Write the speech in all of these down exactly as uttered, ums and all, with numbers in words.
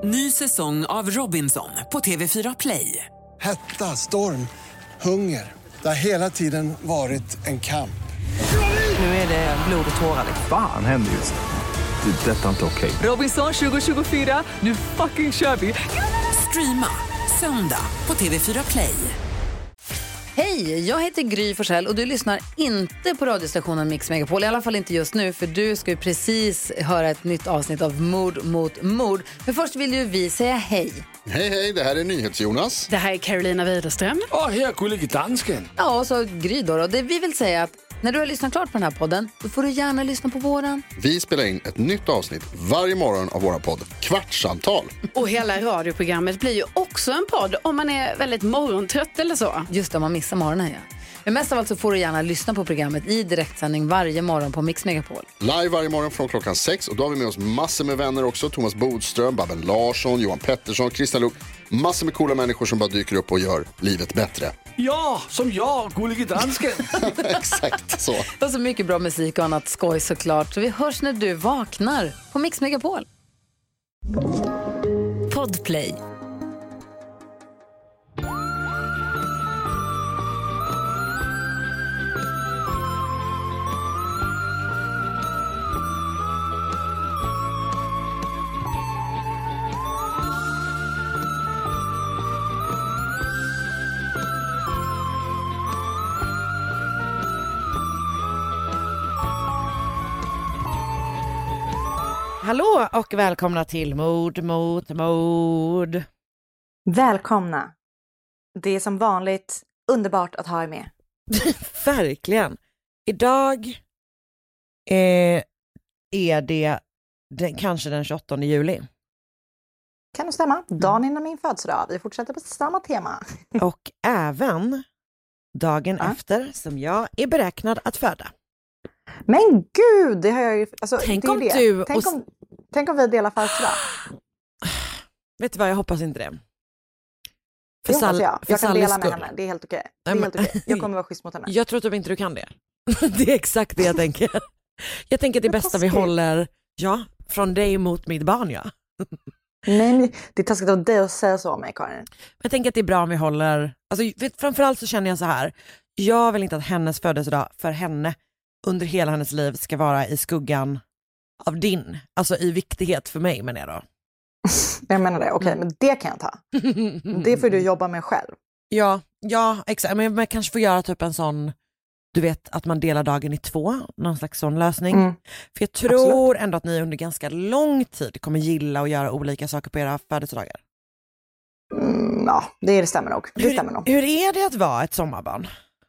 Ny säsong av Robinson på T V fyra Play. Hetta, storm, hunger. Det har hela tiden varit en kamp. Nu är det blod och tårar. Fan händer just det. Det är detta inte okej. Robinson tjugo tjugofyra, nu fucking kör vi. Streama söndag på T V fyra Play. Hej, jag heter Gry Forssell och du lyssnar inte på radiostationen Mix Megapol. I alla fall inte just nu, för du ska ju precis höra ett nytt avsnitt av Mord mot mord. Men först vill ju vi säga hej. Hej, hej, det här är NyhetsJonas. Det här är Carolina Widerström. Och här är Gullige Dansken. Ja, och så Gry då, då. Det vi vill säga att när du har lyssnat klart på den här podden, då får du gärna lyssna på våran. Vi spelar in ett nytt avsnitt varje morgon av våra podd Kvartsamtal. Och hela radioprogrammet blir ju också en podd om man är väldigt morgontrött eller så. Just det, man missar morgonen, ja. Men mest av allt så får du gärna lyssna på programmet i direktsändning varje morgon på Mix Megapol. Live varje morgon från klockan sex. Och då har vi med oss massor med vänner också. Thomas Bodström, Babben Larsson, Johan Pettersson, Christian Luuk. Massor med coola människor som bara dyker upp och gör livet bättre. Ja, som jag, Gullige Dansken. Exakt så. Och så mycket bra musik och annat skoj såklart. Så vi hörs när du vaknar på Mix Megapol. Podplay. Hallå och välkomna till Mord mot mord. Välkomna. Det är som vanligt underbart att ha er med. Verkligen. Idag eh, är det den, kanske den tjugoåttonde juli. Kan det stämma? Dagen innan min födelsedag. Vi fortsätter på samma tema. Och även dagen ja. efter som jag är beräknad att föda. Men gud, det har jag ju... Alltså, tänk det om det. du... Tänk, och... om, tänk om vi delar födelsedag. Vet du vad, jag hoppas inte det. För det hoppas jag. För Jag kan dela med skull. henne, det är helt okej. Det är helt okej. Jag kommer vara schysst mot henne. Jag tror typ inte du kan det. Det är exakt det jag tänker. Jag tänker att det är bästa vi håller, ja, från dig mot mitt barn, ja. Nej, det är taskigt av dig att säga så om mig, Karin. Jag tänker att det är bra om vi håller, alltså vet, framförallt så känner jag så här. Jag vill inte att hennes födelsedag för henne under hela hennes liv ska vara i skuggan av din. Alltså i viktighet för mig, menar jag då. Jag menar det, okej, okay, men det kan jag ta. Det får du jobba med själv. Ja, ja, exakt. Men man kanske får göra typ en sån, du vet, att man delar dagen i två. Någon slags sån lösning. Mm. För jag tror Absolut. ändå att ni under ganska lång tid kommer gilla att göra olika saker på era födelsedagar. Mm, ja, det stämmer nog. Det hur, stämmer nog. Hur är det att vara ett sommarbarn?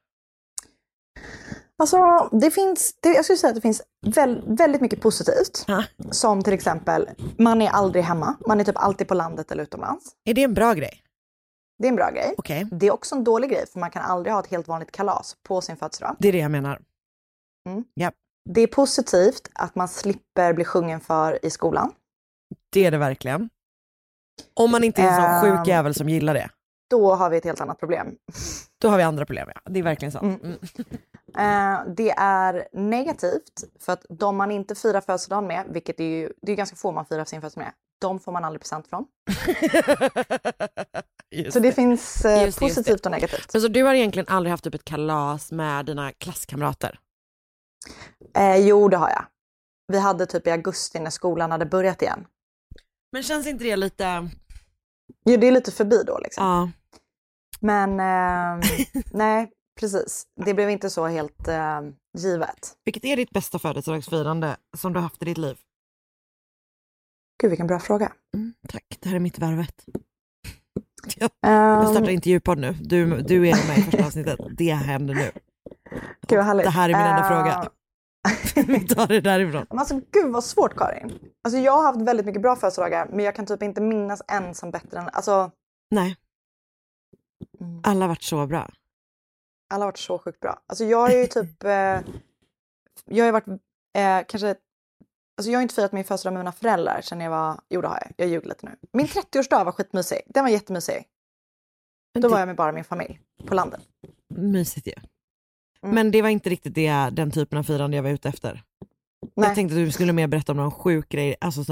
Alltså, det finns, det, jag skulle säga att det finns väl, väldigt mycket positivt. Ja. Som till exempel, man är aldrig hemma. Man är typ alltid på landet eller utomlands. Är det en bra grej? Det är en bra grej. Okay. Det är också en dålig grej, för man kan aldrig ha ett helt vanligt kalas på sin födelsedag. Det är det jag menar. Mm. Ja. Det är positivt att man slipper bli sjungen för i skolan. Det är det verkligen. Om man inte är en sån sjuk jävel som gillar det. Då har vi ett helt annat problem. Då har vi andra problem, ja. Det är verkligen så. Mm. Mm. Uh, det är negativt för att de man inte firar födelsedagen med, vilket är ju, det är ganska få man firar sin födelsedag med, de får man aldrig present från. Så det, det finns uh, just positivt just det. Och negativt. Men så du har egentligen aldrig haft typ ett kalas med dina klasskamrater? Uh, jo, det har jag. Vi hade typ i augusti när skolan hade börjat igen. Men känns inte det lite... Jo, det är lite förbi då liksom. Ja. Men uh, nej, precis. Det blev inte så helt uh, givet. Vilket är ditt bästa födelsedagsfirande som du har haft i ditt liv? Gud, vilken bra fråga. Mm, tack, det här är mitt varvet. Jag, jag startar intervjupodd nu. Du, du är med i första avsnittet. Det händer nu. Gud, vad härligt. Det här är min enda uh... fråga. Vi tar det därifrån. Men alltså, gud vad svårt, Karin. Alltså, jag har haft väldigt mycket bra födelsedagar, men jag kan typ inte minnas en som bättre än... Alltså... Nej. Alla har varit så bra. Alla har varit så sjukt bra. Alltså jag är ju typ... Eh, jag har varit eh, kanske... Alltså jag har inte firat min födelsedag med mina föräldrar sen jag var... Jo, det har jag. Jag ljuger lite nu. Min trettioårsdag var skitmysig. Den var jättemysig. Då det... var jag med bara min familj på landet. Mysigt ju. Ja. Mm. Men det var inte riktigt det, den typen av firande jag var ute efter. Nej. Jag tänkte att du skulle mer berätta om någon sjuk grej. Alltså som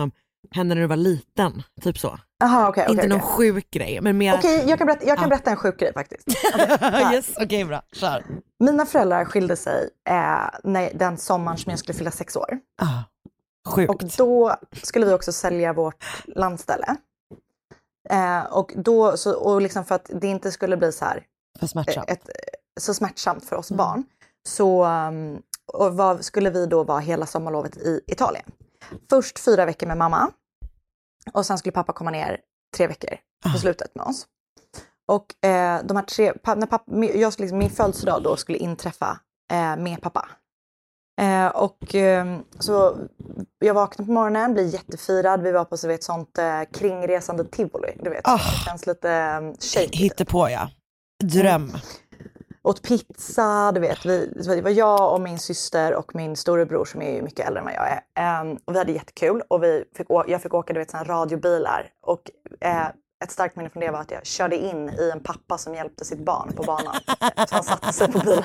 hände när du var liten, typ så. Aha, okay, okay, inte okay. någon sjuk grej, men mer... Okej, okay, jag kan, berätta, jag kan ja. berätta en sjuk grej faktiskt. Okay, yes, okej, okay, bra. Kör. Mina föräldrar skilde sig eh, när, den sommaren som jag skulle fylla sex år. Ah, sjukt. Och då skulle vi också sälja vårt landställe. Eh, och då, så, och liksom för att det inte skulle bli så här... För smärtsamt. Ett, så smärtsamt för oss mm. barn. Så um, och vad, skulle vi då vara hela sommarlovet i Italien. Först fyra veckor med mamma. Och sen skulle pappa komma ner tre veckor på ah. slutet med oss. Och eh, de här tre, när pappa, jag skulle, liksom, min födelsedag då skulle inträffa eh, med pappa. Eh, och eh, så jag vaknade på morgonen, blev jättefirad. Vi var på så vet, sånt eh, kringresande tivoli. Du vet, oh. Det känns lite eh, shaky. Hittepå, ja. Dröm. Mm. Åt pizza, du vet. Vi, det var jag och min syster och min storebror som är mycket äldre än vad jag är. Um, och vi hade jättekul. Och vi fick å- jag fick åka du vet, såna radiobilar. Och uh, ett starkt minne från det var att jag körde in i en pappa som hjälpte sitt barn på banan. Så han satte sig på bilen.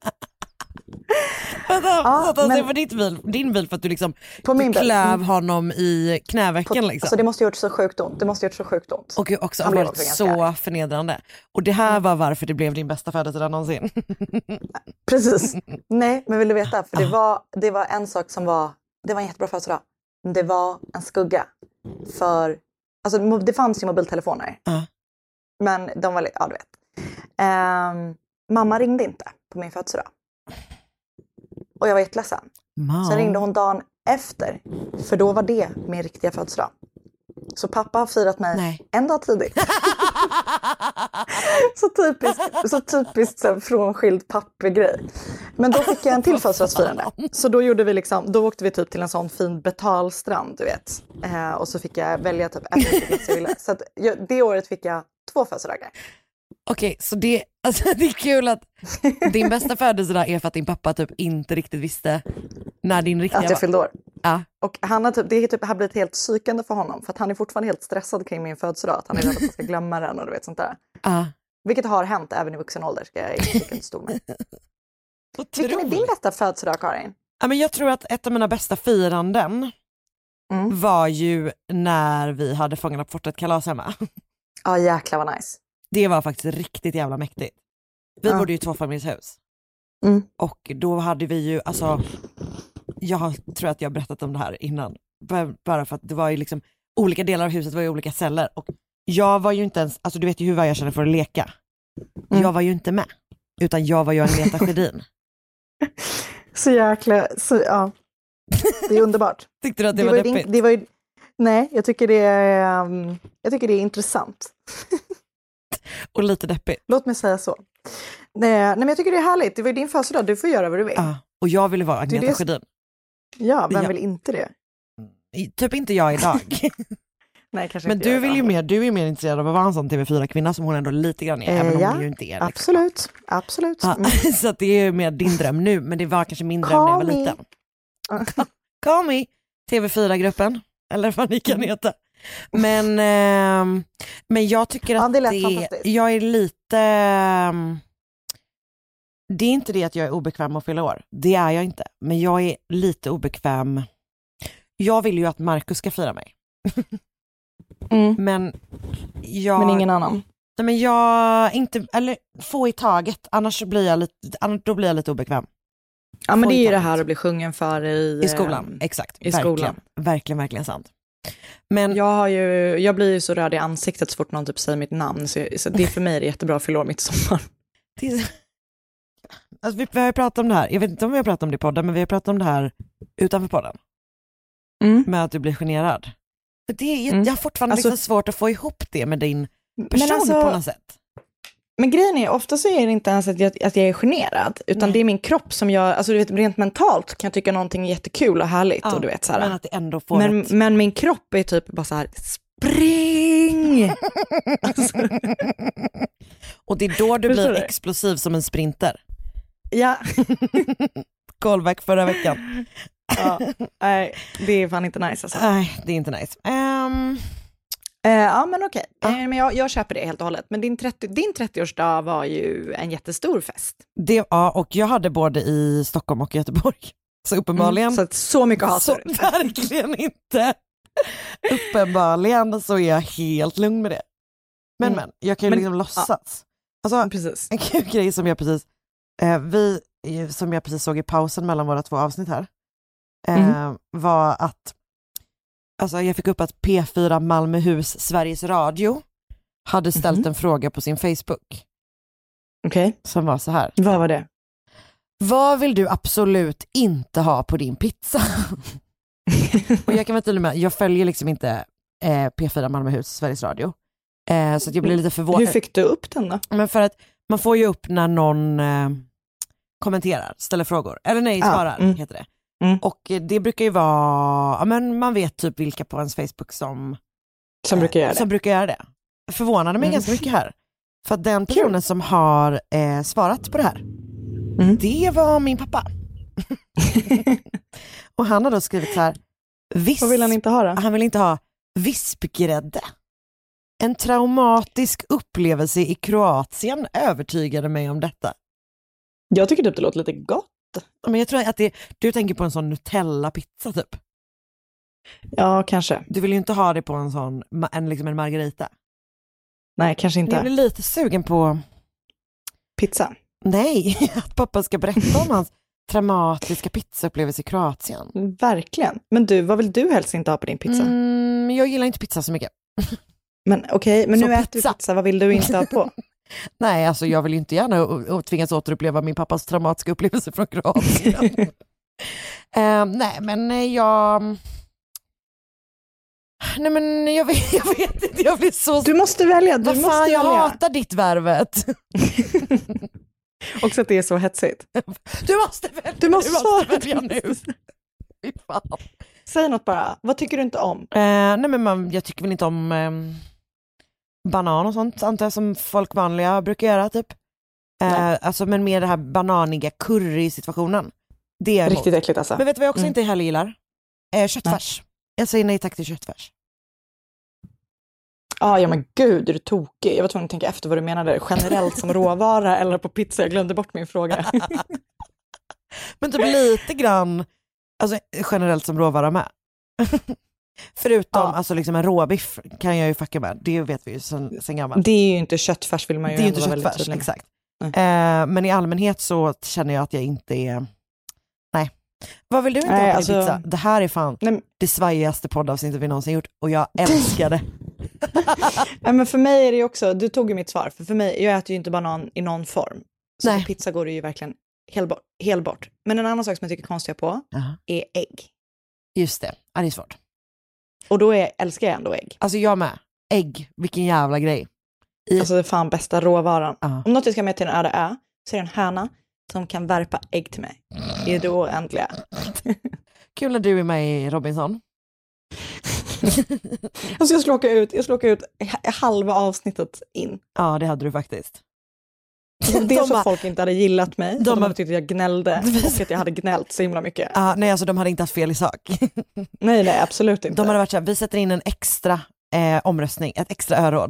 Vänta, ja, satt han sig på ditt bil, din bil för att du liksom på min du klöv bil. honom i knävecken på, liksom. Alltså det måste ha gjort så sjukt ont. Det måste ha gjort så sjukt ont. Och också har varit så förnedrande. Och det här var varför det blev din bästa födelsedag någonsin. Precis. Nej, men vill du veta? För det var, det var en sak som var, det var en jättebra födelsedag. Det var en skugga. För, alltså det fanns ju mobiltelefoner. Uh. Men de var, ja du vet. Um, mamma ringde inte på min födelsedag. Och jag var jätteledsen. Mom. Sen ringde hon dagen efter. För då var det min riktiga födelsedag. Så pappa har firat mig Nej. en dag tidigt. så typiskt, så typiskt så frånskild pappegrej. Men då fick jag en till födelsedagsfirande. Så då gjorde vi liksom, då åkte vi typ till en sån fin betalstrand, du vet. Eh, och så fick jag välja typ en plats jag ville. Så att jag, det året fick jag två födelsedagar. Okej, så det, alltså det är kul att din bästa födelsedag är för att din pappa typ inte riktigt visste när din riktiga var. Att jag fyllde år. Ja. Och han har typ, det är typ, har blivit helt psykande för honom. För att han är fortfarande helt stressad kring min födelsedag. Att han är rädd att jag ska glömma den och du vet sånt där. Ja. Vilket har hänt även i vuxen ålder, ska jag inte stå med. Vilken är din bästa födelsedag, Karin? Ja, men jag tror att ett av mina bästa firanden mm. var ju när vi hade Fångarna på fortet kalas hemma. Ja, jäklar vad nice. Det var faktiskt riktigt jävla mäktigt. Vi ja. bodde ju i tvåfamiljshus. Mm. Och då hade vi ju, alltså, jag tror att jag har berättat om det här innan. Bara för att det var ju liksom, olika delar av huset var ju olika celler. Och jag var ju inte ens, alltså du vet ju hur jag känner för att leka. Mm. Jag var ju inte med. Utan jag var ju Agneta Sjödin. Så jäkla, så, ja. Det är underbart. Tyckte du att det, det var, var deppigt? Din, det var ju, nej, jag tycker det är, um, jag tycker det är intressant. Och lite deppigt. Låt mig säga så. Nej, nej men jag tycker det är härligt. Det var ju din födelsedag, du får göra vad du vill. Ja, och jag ville vara Agneta Sjödin. Ja, vem ja. vill inte det? Typ inte jag idag. Nej, kanske men inte du vill ju mer, du är mer intresserad av att vara en sån T V fyra-kvinna som hon ändå lite grann är, eh, även om ja, hon ju inte är. Liksom. Absolut, absolut. Ja, mm. Så att det är mer din dröm nu, men det var kanske min dröm när jag var me. liten. Call me, T V fyra-gruppen, eller vad ni kan heta. Men, eh, men jag tycker att ja, det, det jag är lite, eh, det är inte det att jag är obekväm att fylla år. Det är jag inte, men jag är lite obekväm. Jag vill ju att Marcus ska fira mig. Mm. Men jag, men ingen annan. Nej, men jag inte, eller få i taget, annars blir jag lite, annars, då blir jag lite obekväm. Ja, men få det är ju det här att bli sjungen för i, i skolan. Exakt, i verkligen, skolan. verkligen, verkligen sant. Men jag har ju, jag blir ju så röd i ansiktet så fort någon typ säger mitt namn, så, så det är för mig är det jättebra att fylla år mitt sommar. Det är, alltså vi, vi har ju pratat om det här, jag vet inte om vi har pratat om det i podden, men vi har pratat om det här utanför podden. Mm. Med att du blir generad. För det är, mm. jag har fortfarande alltså, liksom svårt att få ihop det med din person alltså, på något sätt. Men grejen är, ofta så är det inte ens att jag, att jag är generad, utan Nej. det är min kropp som jag, alltså du vet, rent mentalt kan jag tycka någonting jättekul och härligt. Ja, och du vet, så här. Men att det ändå får men, ett... men min kropp är typ bara så här, spring! Alltså. Och det är då du blir explosiv som en sprinter. Ja. Callback förra veckan. Ja, nej, det är fan inte nice alltså. Nej, det är inte nice. Um... Uh, ja, men okej. Okay. Uh. Uh, men jag, jag köper det helt och hållet. Men din, trettio, din trettioårsdag var ju en jättestor fest. Det, ja, och jag hade både i Stockholm och Göteborg. Så uppenbarligen. Mm, så, så mycket hatar så, verkligen inte. Uppenbarligen så är jag helt lugn med det. Men mm. men, jag kan ju men, liksom låtsas. Ja, alltså, precis. En kul grej som jag precis eh, vi, som jag precis såg i pausen mellan våra två avsnitt här eh, mm. var att alltså jag fick upp att P fyra Malmöhus Sveriges Radio hade ställt mm. en fråga på sin Facebook. Okej. Okay. Som var så här. Vad var det? Vad vill du absolut inte ha på din pizza? Och jag kan vara tydlig med, jag följer liksom inte eh, P fyra Malmöhus Sveriges Radio. Eh, så att jag blir lite förvånad. Hur fick du upp den då? Men för att man får ju upp när någon eh, kommenterar, ställer frågor. Eller nej, svarar ah, mm. heter det. Mm. Och det brukar ju vara, ja men man vet typ vilka på ens Facebook som som brukar göra det. Som brukar göra det. Förvånade mig mm. ganska mycket här. För att den personen cool. som har eh, svarat på det här, mm. det var min pappa. Och han har då skrivit så här, visp, vad vill han inte ha då? Han vill inte ha vispgrädde. En traumatisk upplevelse i Kroatien övertygade mig om detta. Jag tycker typ det låter lite gott. Men jag tror att det, du tänker på en sån Nutella-pizza typ. Ja, kanske. Du vill ju inte ha det på en sån, en, liksom en margarita. Nej, kanske inte. Jag blir lite sugen på... Pizza? Nej, att pappa ska berätta om hans traumatiska pizzaupplevelse i Kroatien. Verkligen. Men du, vad vill du helst inte ha på din pizza? Mm, jag gillar inte pizza så mycket. Men okej, okay, men så nu pizza. äter vi pizza. Vad vill du inte ha på? Nej, alltså jag vill inte gärna och, och tvingas återuppleva min pappas traumatiska upplevelse från Kroatien. uh, nej, men jag... Nej, men jag vet, jag vet inte, jag blir så... Du måste välja, du Vad måste fan, välja. Jag hatar ditt värvet. Också att det är så hetsigt. Du måste välja, du måste, du måste välja nu. Fan. Säg något bara, vad tycker du inte om? Uh, nej, men man, jag tycker väl inte om... Um... banan och sånt, antar jag, som folk vanliga brukar göra typ. Eh, alltså, men med det här bananiga curry-situationen. Det är riktigt äckligt alltså. Men vet du vad jag också mm. inte heller gillar? Eh, köttfärs. Nej. Jag säger nej tack till köttfärs. Ah, ja men gud, är du tokig? Jag var tvungen att tänka efter vad du menade. Generellt som råvara eller på pizza. Jag glömde bort min fråga. Men typ lite grann, alltså generellt som råvara med. Förutom ja. alltså liksom en råbiff kan jag ju fucka med. Det vet vi ju sen, sen gammalt. Det är ju inte köttfärs, vill man ju. Det är inte köttfärs, exakt. Eh, men i allmänhet så känner jag att jag inte är... Nej. Vad vill du inte Nej, ha på alltså... pizza? Det här är fan Nej. det svajigaste poddavsnittet vi någonsin gjort. Och jag älskar det. Nej, men för mig är det ju också... Du tog ju mitt svar. För, för mig, jag äter ju inte banan i någon form. Så Nej. på pizza går det ju verkligen hel bort, hel bort. Men en annan sak som jag tycker är konstiga på uh-huh. är ägg. Just det. Ja, det är svårt. Och då är, älskar jag ändå ägg. Alltså jag med. Ägg, vilken jävla grej. I... Alltså det är fan bästa råvaran. Uh-huh. Om något jag ska med till en öde ö så är det en höna som kan värpa ägg till mig. Det är då äntligen. Kul när du är med i Robinson. Alltså jag skulle åka ut, jag skulle åka ut halva avsnittet in. Ja, det hade du faktiskt. Alltså det är så att folk inte hade gillat mig. De hade tyckt att jag gnällde och att jag hade gnällt så himla mycket. Ah, nej, alltså de hade inte haft fel i sak. nej, nej, absolut inte. De hade varit så här, vi sätter in en extra eh, omröstning, ett extra öråd.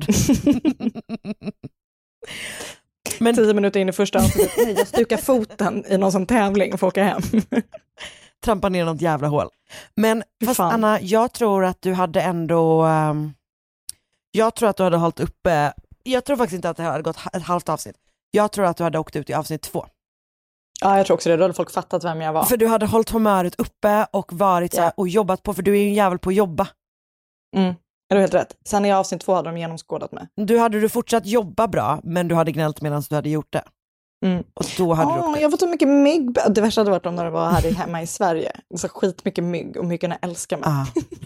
Men tio minuter in i första avsnittet, nej, jag stukar foten i någon sån tävling och får åka hem. Trampa ner något jävla hål. Men fast fan. Anna, jag tror att du hade ändå um, jag tror att du hade hållit uppe, jag tror faktiskt inte att det hade gått ett halvt avsnitt. Jag tror att du hade åkt ut i avsnitt två. Ja, jag tror också det. Då hade folk fattat vem jag var. För du hade hållit humöret uppe och varit så här, och jobbat på, för du är ju en jävel på att jobba. Mm, är du helt rätt. Sen i avsnitt två hade de genomskådat mig. Du hade du fortsatt jobba bra, men du hade gnällt medan du hade gjort det. Mm. Och då hade oh, du åkt jag har fått så mycket mygg. Det värsta hade varit om när det var här hemma i Sverige. Så skitmycket mygg och myggorna älskar mig. Ah.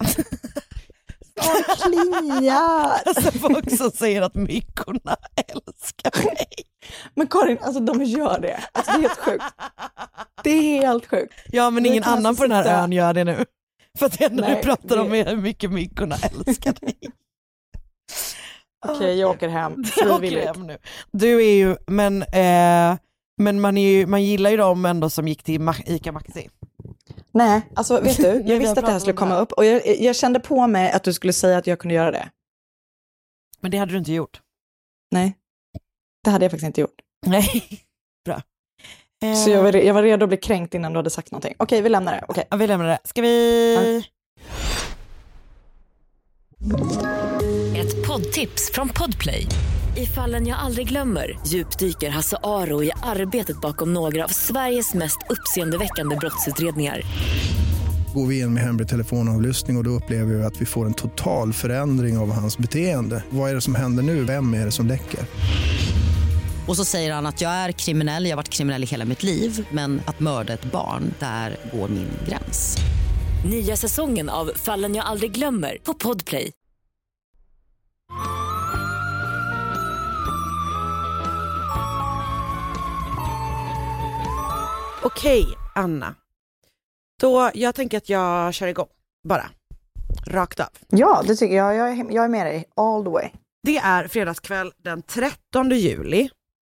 Åh, kliar! Alltså folk som säger att myggorna älskar mig. Men Karin, alltså de gör det. Alltså det är helt sjukt. Det är helt sjukt. Ja, men ingen annan på den här sitta... ön gör det nu. För att det enda Nej, du pratar det... om är hur mycket myggorna älskar dig. Okej, okay, jag åker hem. Jag åker hem nu. Du är ju, men, eh, men man, är ju, man gillar ju dem ändå som gick till Ma- Ica Maxi. Nej, alltså vet du, jag visste att det här skulle komma upp och jag, jag kände på mig att du skulle säga att jag kunde göra det. Men det hade du inte gjort. Nej, det hade jag faktiskt inte gjort. Nej, bra. Så jag var, jag var redo att bli kränkt innan du hade sagt någonting. Okej, vi lämnar det. Okej. Ja, vi lämnar det. Ska vi... Ett poddtips från Podplay. I Fallen jag aldrig glömmer djupdyker Hasse Aro i arbetet bakom några av Sveriges mest uppseendeväckande brottsutredningar. Går vi in med hemlig telefonavlyssning och, och då upplever vi att vi får en total förändring av hans beteende. Vad är det som händer nu? Vem är det som läcker? Och så säger han att jag är kriminell, jag har varit kriminell i hela mitt liv, men att mörda ett barn, där går min gräns. Nya säsongen av Fallen jag aldrig glömmer på Podplay. Okej, Anna. Då, jag tänker att jag kör igång. Bara. Rakt av. Ja, det tycker jag. Jag är, jag är med dig all the way. Det är fredagskväll den trettonde juli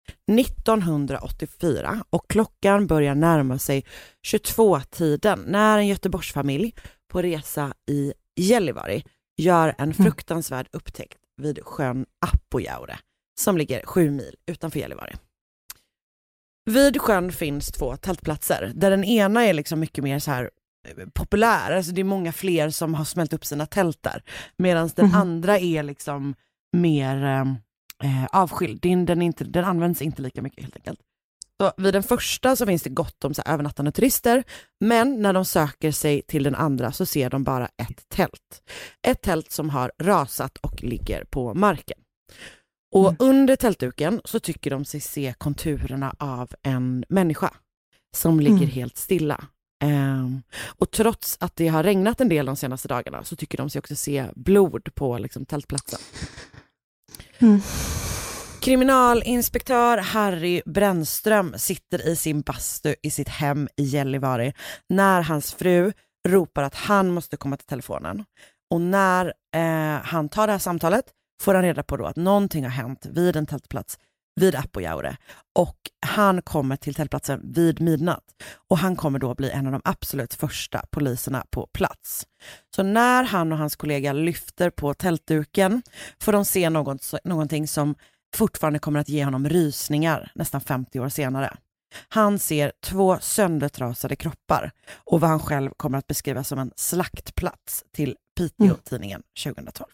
nittonhundraåttiofyra och klockan börjar närma sig tjugotvå-tiden när en Göteborgsfamilj på resa i Gällivare gör en fruktansvärd upptäckt vid sjön Apojaure som ligger sju mil utanför Gällivare. Vid sjön finns två tältplatser där den ena är liksom mycket mer så här populär, alltså det är många fler som har smält upp sina tält där, medan den mm. andra är liksom mer eh, avskild. Den, den, inte, den används inte lika mycket helt enkelt. Så vid den första så finns det gott om så här övernattande turister, men när de söker sig till den andra så ser de bara ett tält. Ett tält som har rasat och ligger på marken. Och mm. under tältduken så tycker de sig se konturerna av en människa som ligger mm. helt stilla. Um, och trots att det har regnat en del de senaste dagarna så tycker de sig också se blod på liksom, tältplatsen. Mm. Kriminalinspektör Harry Brännström sitter i sin bastu i sitt hem i Gällivare när hans fru ropar att han måste komma till telefonen. Och när eh, han tar det här samtalet får han reda på då att någonting har hänt vid en tältplats vid Apojaure, och han kommer till tältplatsen vid midnatt och han kommer då bli en av de absolut första poliserna på plats. Så när han och hans kollega lyfter på tältduken får de se något, någonting som fortfarande kommer att ge honom rysningar nästan femtio år senare. Han ser två söndertrasade kroppar och vad han själv kommer att beskriva som en slaktplats till Piteå-tidningen tjugohundratolv.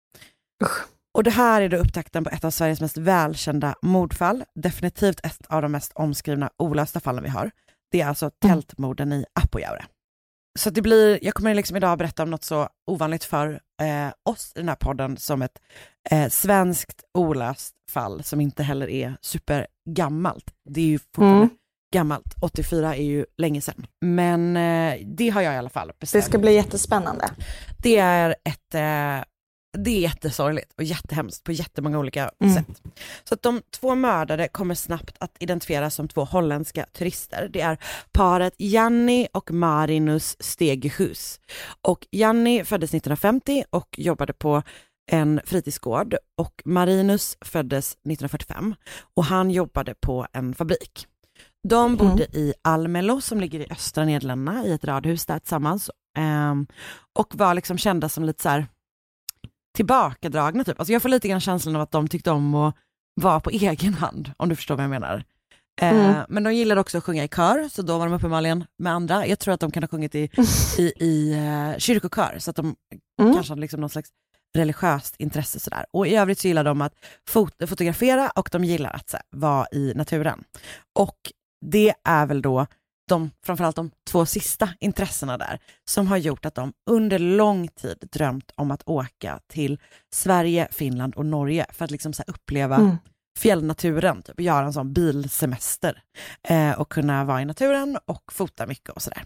Usch. Och det här är då upptakten på ett av Sveriges mest välkända mordfall. Definitivt ett av de mest omskrivna olösta fallen vi har. Det är alltså tältmorden i Apojaure. Så det blir, jag kommer liksom idag berätta om något så ovanligt för eh, oss i den här podden som ett eh, svenskt olöst fall som inte heller är supergammalt. Det är ju fortfarande mm. gammalt. åttiofyra är ju länge sedan. Men eh, det har jag i alla fall bestämt. Det ska bli jättespännande. Det är ett... Eh, Det är jättesorgligt och jättehemskt på jättemånga olika mm. sätt. Så att de två mördare kommer snabbt att identifieras som två holländska turister. Det är paret Janni och Marinus Stegehus. Och Janni föddes nittonhundrafemtio och jobbade på en fritidsgård. Och Marinus föddes nittonhundrafyrtiofem och han jobbade på en fabrik. De bodde mm. i Almelo som ligger i östra Nederländerna i ett radhus där tillsammans. Um, och var liksom kända som lite så här tillbakadragna typ. Alltså jag får lite grann känslan av att de tyckte om att vara på egen hand, om du förstår vad jag menar. Mm. Eh, men de gillade också att sjunga i kör, så då var de uppenbarligen med andra. Jag tror att de kan ha sjungit i, i, i uh, kyrkokör, så att de mm. kanske hade liksom någon slags religiöst intresse sådär. Och i övrigt så gillar de att fot- fotografera och de gillar att så här, vara i naturen. Och det är väl då de, framförallt de två sista intressena där som har gjort att de under lång tid drömt om att åka till Sverige, Finland och Norge för att liksom så här uppleva mm. fjällnaturen, typ göra en sån bilsemester eh, och kunna vara i naturen och fota mycket och sådär.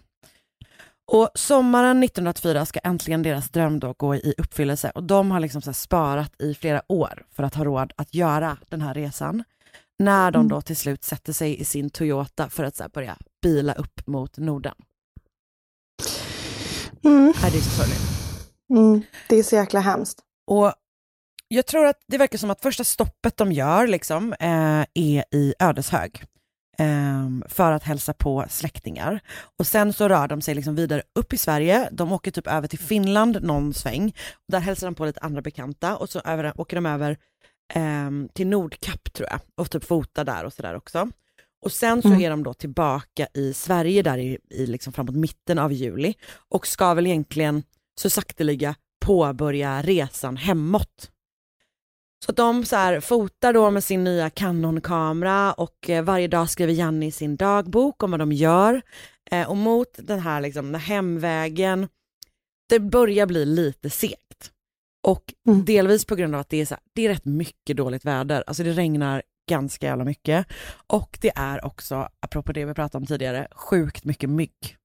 Och sommaren nittonhundraåttiofyra ska äntligen deras dröm då gå i uppfyllelse och de har liksom så här sparat i flera år för att ha råd att göra den här resan. När de då till slut sätter sig i sin Toyota för att så här börja bila upp mot Norden. Mm. Är det så sorgligt? Mm. Det är så jäkla hemskt. Och jag tror att det verkar som att första stoppet de gör liksom, eh, är i Ödeshög. Eh, för att hälsa på släktingar. Och sen så rör de sig liksom vidare upp i Sverige. De åker typ över till Finland någon sväng. Där hälsar de på lite andra bekanta. Och så över, åker de över eh, till Nordkapp tror jag. Och typ fotar där och sådär också. Och sen så mm. är de då tillbaka i Sverige där i, i liksom framåt mitten av juli. Och ska väl egentligen så sakteliga påbörja resan hemåt. Så att de så här fotar då med sin nya Canon-kamera och eh, varje dag skriver Janni sin dagbok om vad de gör. Eh, och mot den här, liksom, den här hemvägen, det börjar bli lite segt. Och mm. delvis på grund av att det är, så här, det är rätt mycket dåligt väder. Alltså det regnar ganska jävla mycket. Och det är också, apropå det vi pratade om tidigare, sjukt mycket mygg.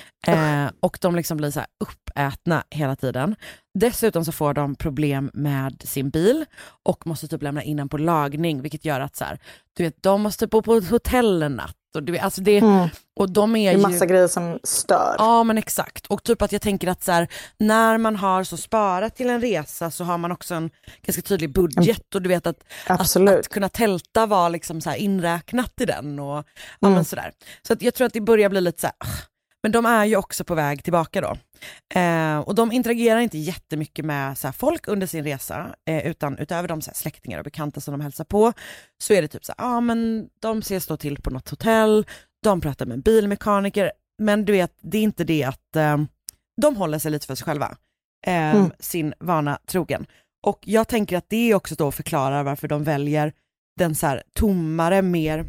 Eh, och de liksom blir så här uppätna hela tiden. Dessutom så får de problem med sin bil och måste typ lämna in den på lagning, vilket gör att så här, du vet, de måste bo på ett hotell en natt. Och, du vet, alltså det, mm. och de är det är ju massa grejer som stör. Ja, men exakt. Och typ att jag tänker att så här, när man har så sparat till en resa så har man också en ganska tydlig budget. Och du vet att, att, att kunna tälta var liksom så här inräknat i den. Och, mm. ja, men så där. Så att jag tror att det börjar bli lite så här. Men de är ju också på väg tillbaka då. Eh, och de interagerar inte jättemycket med så här, folk under sin resa. Eh, utan utöver de så här, släktingar och bekanta som de hälsar på. Så är det typ så här, ja ah, men de ses då till på något hotell. De pratar med en bilmekaniker. Men du vet, det är inte det att eh, de håller sig lite för sig själva. Eh, mm. Sin vana trogen. Och jag tänker att det också då förklarar varför de väljer den så här tommare, mer...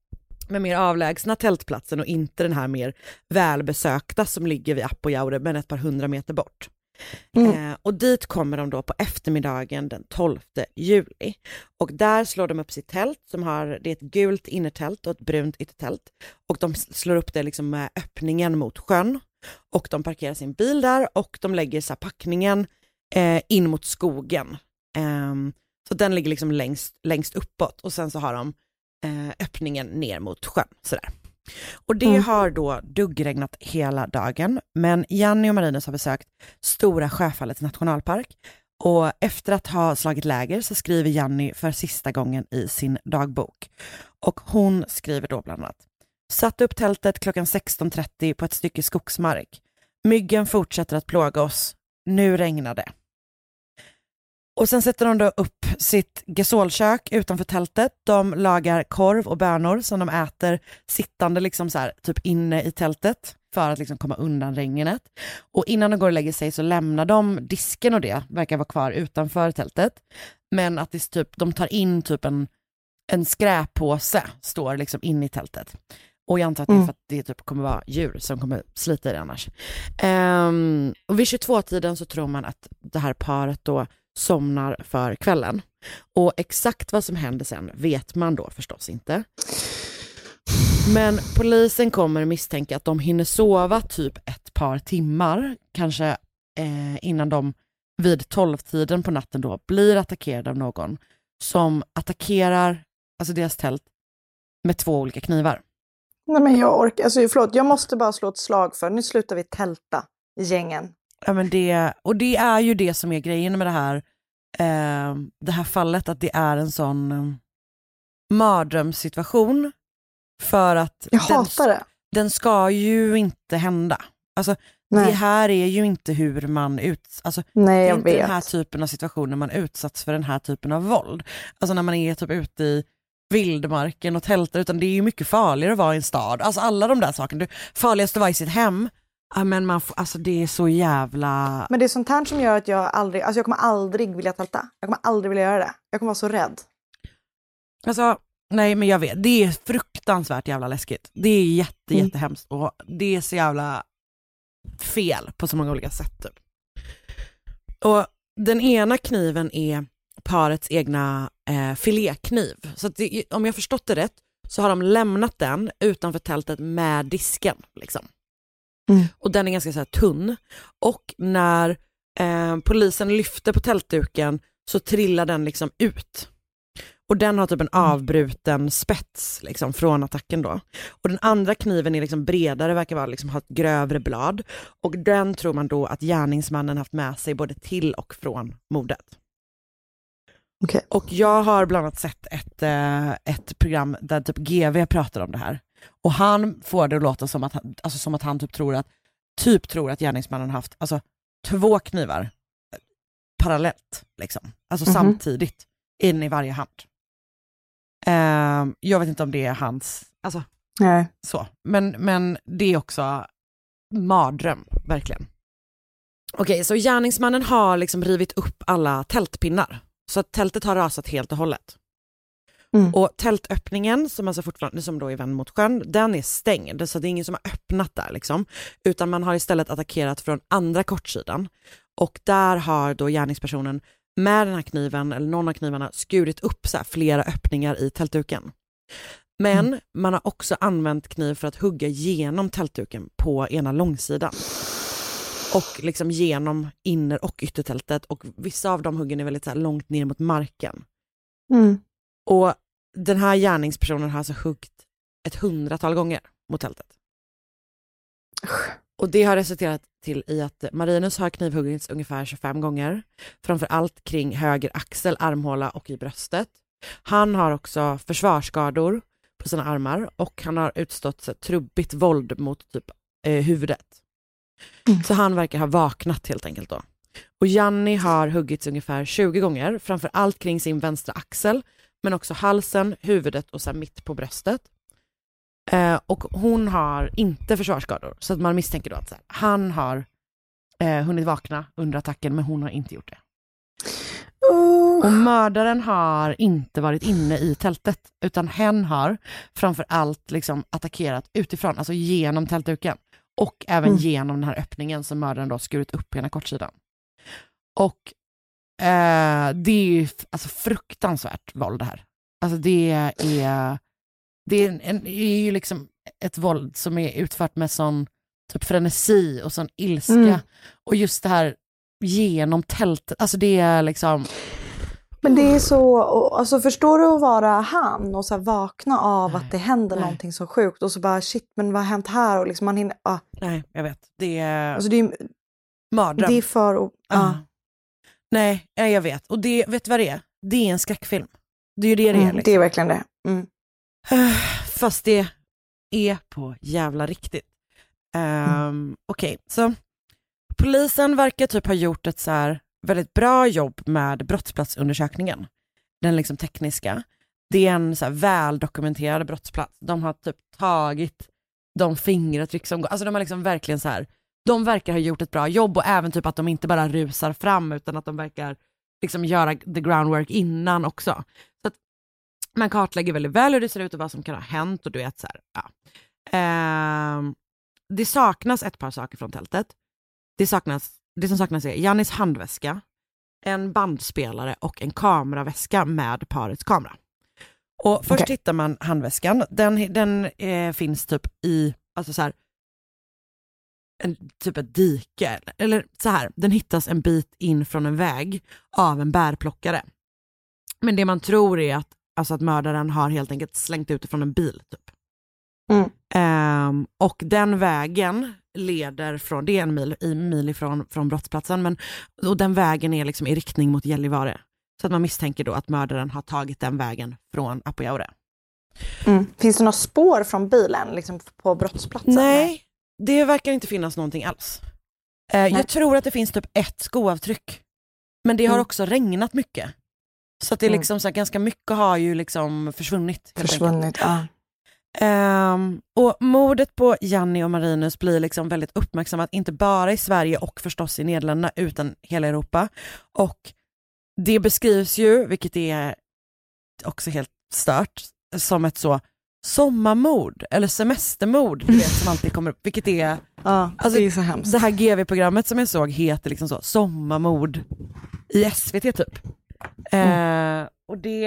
med mer avlägsna tältplatsen och inte den här mer välbesökta som ligger vid Apojaure men ett par hundra meter bort. Mm. Eh, och dit kommer de då på eftermiddagen den tolfte juli. Och där slår de upp sitt tält som har, det är ett gult innertält och ett brunt yttertält. Och de slår upp det liksom med öppningen mot sjön. Och de parkerar sin bil där och de lägger så här packningen eh, in mot skogen. Eh, så den ligger liksom längst, längst uppåt och sen så har de Eh, öppningen ner mot sjön sådär. Och det mm. har då duggregnat hela dagen, men Janni och Marinus har besökt Stora Sjöfallets nationalpark och efter att ha slagit läger så skriver Janni för sista gången i sin dagbok. Och hon skriver då bland annat: satt upp tältet klockan sexton trettio på ett stycke skogsmark. Myggen fortsätter att plåga oss. Nu regnar det. Och sen sätter de då upp sitt gasolkök utanför tältet. De lagar korv och bönor som de äter sittande liksom så här, typ inne i tältet för att liksom komma undan regnet. Och innan de går och lägger sig så lämnar de disken och det verkar vara kvar utanför tältet. Men att det typ, de tar in typ en, en skräppåse står liksom inne i tältet. Och jag antar att det är för att det typ kommer vara djur som kommer slita i det annars. Um, och vid tjugotvå-tiden så tror man att det här paret då somnar för kvällen. Och exakt vad som händer sen vet man då förstås inte. Men polisen kommer misstänka att de hinner sova typ ett par timmar. Kanske eh, innan de vid tolv-tiden på natten då blir attackerade av någon som attackerar alltså deras tält med två olika knivar. Nej men jag orkar, alltså förlåt, jag måste bara slå ett slag för, nu slutar vi tälta i gängen. Ja men det, och det är ju det som är grejen med det här eh, det här fallet, att det är en sån eh, mardrömssituation för att jag hatar den, det. Den ska ju inte hända. Alltså Nej. Det här är ju inte hur man ut, alltså Nej, det är jag inte vet. den här typen av situationer man utsatts för den här typen av våld. Alltså när man är typ ute i vildmarken och tältar, utan det är ju mycket farligare att vara i en stad. Alltså alla de där sakerna. Farligast att vara i sitt hem. Ja, men man får, alltså det är så jävla... Men det är sånt här som gör att jag aldrig, alltså jag kommer aldrig vilja tälta. Jag kommer aldrig vilja göra det. Jag kommer vara så rädd. Alltså, nej men jag vet. Det är fruktansvärt jävla läskigt. Det är jätte, mm. jättehemskt. Och det är så jävla fel på så många olika sätt. Typ. Och den ena kniven är parets egna eh, filékniv. Så att det, om jag förstått det rätt så har de lämnat den utanför tältet med disken liksom. Mm. Och den är ganska så här tunn. Och när eh, polisen lyfter på tältduken så trillar den liksom ut. Och den har typ en avbruten spets liksom, från attacken då. Och den andra kniven är liksom bredare, verkar vara liksom, ha ett grövre blad. Och den tror man då att gärningsmannen haft med sig både till och från mordet. Okay. Och jag har bland annat sett ett, eh, ett program där typ G V pratar om det här. Och han får det att låta som att han, alltså som att han typ tror att typ tror att gärningsmannen haft alltså två knivar parallellt liksom. Alltså mm-hmm. samtidigt in i varje hand. Uh, jag vet inte om det är hans alltså Nej. Så. Men, men det är också mardröm, verkligen. Okej, okay, så gärningsmannen har liksom rivit upp alla tältpinnar. Så att tältet har rasat helt och hållet. Mm. Och tältöppningen, som alltså fortfarande som då är vänd mot sjön, den är stängd. Så det är ingen som har öppnat där liksom. Utan man har istället attackerat från andra kortsidan. Och där har då gärningspersonen med den här kniven, eller någon av knivarna, skurit upp så här flera öppningar i tältduken. Men mm. man har också använt kniv för att hugga genom tältduken på ena långsidan. Och liksom genom inner- och yttertältet. Och vissa av de huggen är väldigt så här långt ner mot marken. Mm. Och den här gärningspersonen har alltså huggt ett hundratal gånger mot tältet. Och det har resulterat till i att Marinus har knivhuggits ungefär tjugofem gånger. Framförallt kring höger axel, armhåla och i bröstet. Han har också försvarsskador på sina armar. Och han har utstått så trubbigt våld mot typ eh, huvudet. Mm. Så han verkar ha vaknat helt enkelt då. Och Janni har huggits ungefär tjugo gånger. Framförallt kring sin vänstra axel. Men också halsen, huvudet och så här mitt på bröstet. Eh, och hon har inte försvarsskador. Så att man misstänker då att så här, han har eh, hunnit vakna under attacken, men hon har inte gjort det. Oh. Och mördaren har inte varit inne i tältet. Utan hen har framförallt liksom attackerat utifrån, alltså genom tältduken. Och även mm. genom den här öppningen som mördaren då skurit upp på ena kortsidan. Och eh, det är ju alltså fruktansvärt våld det här. Alltså det är det är, en, en, är ju liksom ett våld som är utfört med sån typ frenesi och sån ilska. Mm. Och just det här genom tältet, alltså det är liksom... Men det är så, alltså förstår du att vara han och så här vakna av Nej. att det händer Nej. någonting så sjukt och så bara shit, men vad har hänt här? Och liksom man hinner, ah. Nej, jag vet. Det är... Alltså det är mardröm. Det är för... Och, ah. Nej, jag vet. Och det, vet du vad det är? Det är en skräckfilm. Det är ju det det är. Mm, liksom. Det är verkligen det. Mm. Fast det är på jävla riktigt. Um, mm. Okej, okay, så polisen verkar typ ha gjort ett så här väldigt bra jobb med brottsplatsundersökningen. Den liksom tekniska. Det är en så här väldokumenterad brottsplats. De har typ tagit de fingeravtryck som går. Alltså de har liksom verkligen så här. De verkar ha gjort ett bra jobb och även typ att de inte bara rusar fram utan att de verkar liksom göra the groundwork innan också. Så att man kartlägger väldigt väl hur det ser ut och vad som kan ha hänt och du vet så här. Ja. Eh, det saknas ett par saker från tältet. Det saknas Det som saknas är Jannis handväska, en bandspelare och en kameraväska med parets kamera. Och först okay. hittar man handväskan. Den, den eh, finns typ i, alltså så här, en, typ ett dike. Eller så här, den hittas en bit in från en väg av en bärplockare. Men det man tror är att, alltså att mördaren har helt enkelt slängt ut från en bil typ. Mm. Um, och den vägen leder från, det är en mil, i mil ifrån från brottsplatsen, men, och den vägen är liksom i riktning mot Gällivare. Så att man misstänker då att mördaren har tagit den vägen från Apojaure. Mm. Finns det några spår från bilen liksom på brottsplatsen? Nej, det verkar inte finnas någonting alls. Uh, jag tror att det finns typ ett skoavtryck. Men det har mm. också regnat mycket. Så att det är liksom mm. så här, ganska mycket har ju liksom försvunnit. Försvunnit, ja. Um, och mordet på Janni och Marinus blir liksom väldigt uppmärksammat, inte bara i Sverige och förstås i Nederländerna utan hela Europa. Och det beskrivs ju, vilket är också helt stört, som ett så sommarmord eller semestermord, du vet, som alltid kommer upp, vilket är, ja, alltså, det är så hemskt. Det här G V-programmet som jag såg heter liksom så sommarmord i S V T typ. Mm. Uh, och det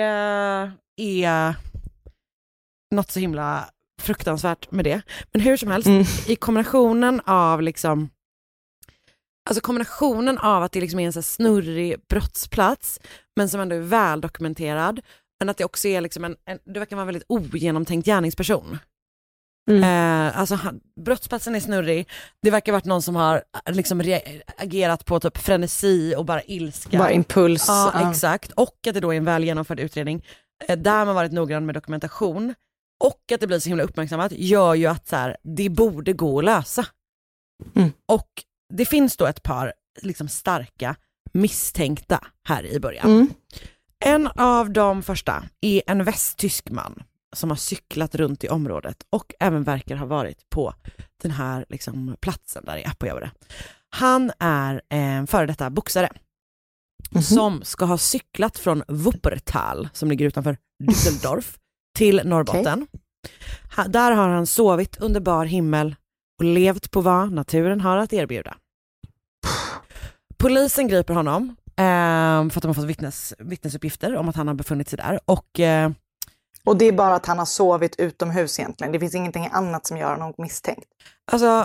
är något så himla fruktansvärt med det. Men hur som helst, mm. i kombinationen av liksom, alltså kombinationen av att det liksom är en så snurrig brottsplats, men som ändå är väl dokumenterad, men att det också är liksom en, en det verkar vara en väldigt ogenomtänkt gärningsperson. Mm. Eh, alltså han, brottsplatsen är snurrig. Det verkar varit någon som har liksom re- agerat på typ frenesi och bara ilska. Bara impuls. Ja, ja, exakt. Och att det då är en väl genomförd utredning eh, där man varit noggrann med dokumentation. Och att det blir så himla uppmärksammat gör ju att så här, det borde gå att lösa. Mm. Och det finns då ett par liksom starka misstänkta här i början. Mm. En av de första är en västtysk man som har cyklat runt i området och även verkar ha varit på den här liksom platsen där i Apojaure. Han är en före detta boxare mm-hmm. som ska ha cyklat från Wuppertal som ligger utanför Düsseldorf till Norrbotten. Okay. Där har han sovit under bar himmel och levt på vad naturen har att erbjuda. Polisen griper honom eh, för att de har fått vittnes, vittnesuppgifter om att han har befunnit sig där. Och, eh, och det är bara att han har sovit utomhus egentligen. Det finns ingenting annat som gör honom misstänkt. Alltså,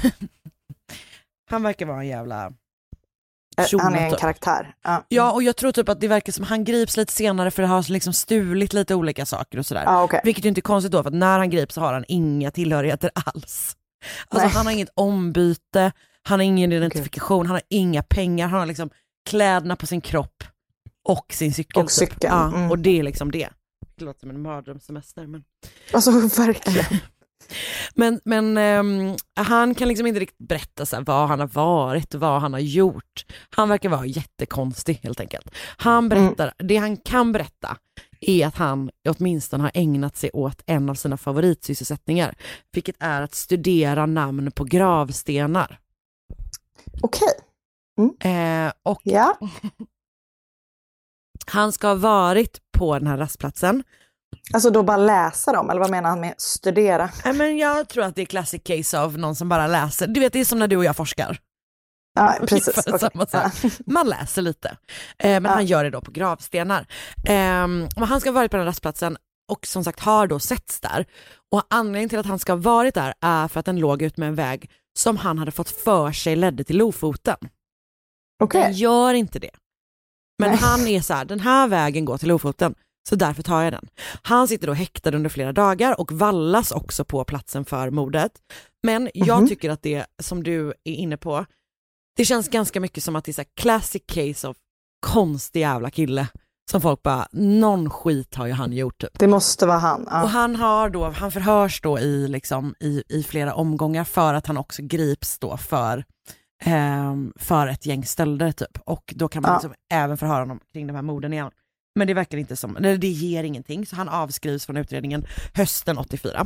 han verkar vara en jävla... Han är en karaktär. Ja. ja, och jag tror typ att det verkar som han grips lite senare för det har liksom stulit lite olika saker och sådär. Ah, okay. Vilket ju inte är konstigt då, för att när han grips så har han inga tillhörigheter alls. Alltså Nej. Han har inget ombyte, han har ingen identifikation, okay. han har inga pengar, han har liksom kläderna på sin kropp och sin cykel. Och cykeln. Typ. Ja, mm. och det är liksom det. Det låter som en mardrömssemester, men... Alltså verkligen. Men, men um, han kan liksom inte riktigt berätta så här, vad han har varit, vad han har gjort. Han verkar vara jättekonstig helt enkelt. Han berättar, mm. det han kan berätta är att han åtminstone har ägnat sig åt en av sina favoritsysselsättningar, vilket är att studera namn på gravstenar. Okej. Okay. Mm. Eh, och ja. Han ska ha varit på den här rastplatsen. Alltså då bara läsa dem, eller vad menar han med studera? Nej, men jag tror att det är classic case av någon som bara läser. Du vet, det är som när du och jag forskar. Ja, precis. Okay. Samma sak. Ja. Man läser lite. Eh, men ja. Han gör det då på gravstenar. Eh, och han ska ha varit på den rastplatsen och som sagt har då setts där. Och anledningen till att han ska ha varit där är för att den låg ut med en väg som han hade fått för sig ledde till Lofoten. Okej. Den gör inte det. Men Nej. Han är så här, den här vägen går till Lofoten. Så därför tar jag den. Han sitter då häktad under flera dagar och vallas också på platsen för mordet. Men jag mm-hmm. tycker att det som du är inne på, det känns ganska mycket som att det är så här classic case of konstig jävla kille. Som folk bara, någon skit har ju han gjort typ. Det måste vara han. Ja. Och han har då, han förhörs då i, liksom, i, i flera omgångar för att han också grips då för, eh, för ett gäng stölder typ. Och då kan man ja. liksom även förhöra honom kring de här morden igen. Men det verkar inte som, det ger ingenting, så han avskrivs från utredningen hösten åttiofyra.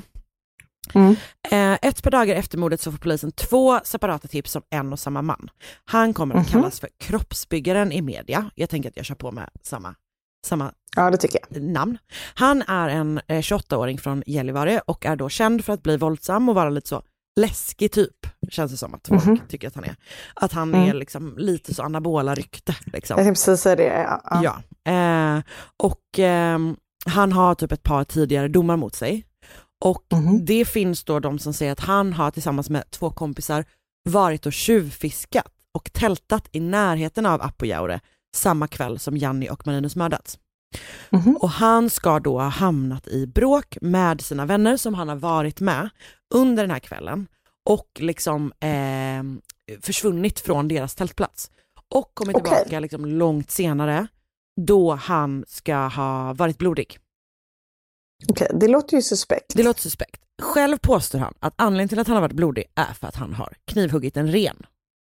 Mm. Eh, ett par dagar efter mordet så får polisen två separata tips om en och samma man. Han kommer att mm-hmm. kallas för kroppsbyggaren i media. Jag tänker att jag kör på med samma, samma ja, det tycker jag. namn. Han är en eh, tjugoåtta-åring från Gällivare och är då känd för att bli våldsam och vara lite så läskig typ, känns det som att folk mm-hmm. tycker att han är. Att han mm. är liksom lite så anabola rykte. Liksom. Jag tänkte precis säga det, ja. Ja, ja. Eh, och eh, han har typ ett par tidigare domar mot sig. Och mm-hmm. det finns då de som säger att han har tillsammans med två kompisar varit och tjuvfiskat och tältat i närheten av Apojaure samma kväll som Janni och Marinus mördats. Mm-hmm. Och han ska då ha hamnat i bråk med sina vänner som han har varit med under den här kvällen och liksom eh, försvunnit från deras tältplats och kommit okay. tillbaka liksom långt senare då han ska ha varit blodig. Okej, okay, det låter ju suspekt. Det låter suspekt. Själv påstår han att anledningen till att han har varit blodig är för att han har knivhuggit en ren.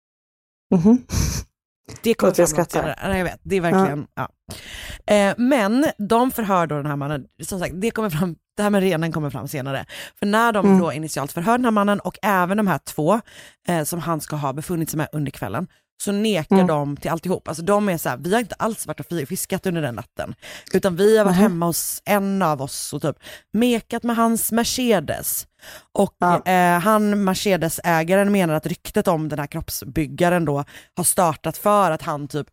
Mhm. Det kommer fram senare. Nej, jag vet, det är verkligen ja. Ja. Eh, men de förhör då den här mannen, som sagt, det kommer fram, det här med renen kommer fram senare. För när de mm. då initialt förhör den här mannen och även de här två eh, som han ska ha befunnit sig med under kvällen, så nekar mm. de till alltihop. Alltså de är så här, vi har inte alls varit och fiskat under den natten. Utan vi har varit mm. hemma hos en av oss och typ mekat med hans Mercedes. Och ja. eh, han, Mercedes-ägaren, menar att ryktet om den här kroppsbyggaren då har startat för att han typ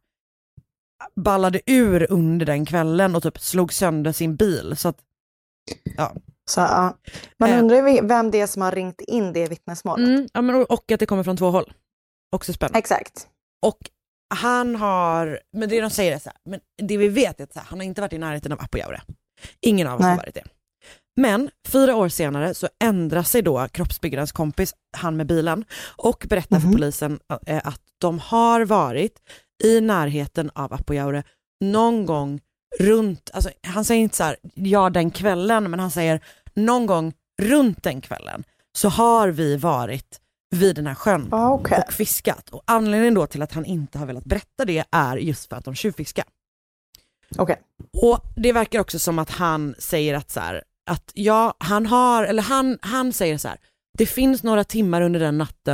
ballade ur under den kvällen och typ slog sönder sin bil. Så att, ja. Så, ja. Man undrar ju vem det är som har ringt in det vittnesmålet. Mm, ja, men, och att det kommer från två håll. Också spännande. Exakt. Och han har, men det de säger är så här, men det vi vet är att så här, han har inte varit i närheten av Apojaure. Ingen av oss Nej. har varit det. Men fyra år senare så ändrar sig då kroppsbyggarens kompis, han med bilen, och berättar mm-hmm. för polisen att de har varit i närheten av Apojaure någon gång runt, alltså han säger inte så här, ja den kvällen, men han säger någon gång runt den kvällen så har vi varit vid den här sjön ah, okay. och fiskat. Och anledningen då till att han inte har velat berätta det är just för att de tjuvfiskar. Okay. Och det verkar också som att han säger att så här, att ja, han har, eller han, han säger så här, det finns några timmar under den natten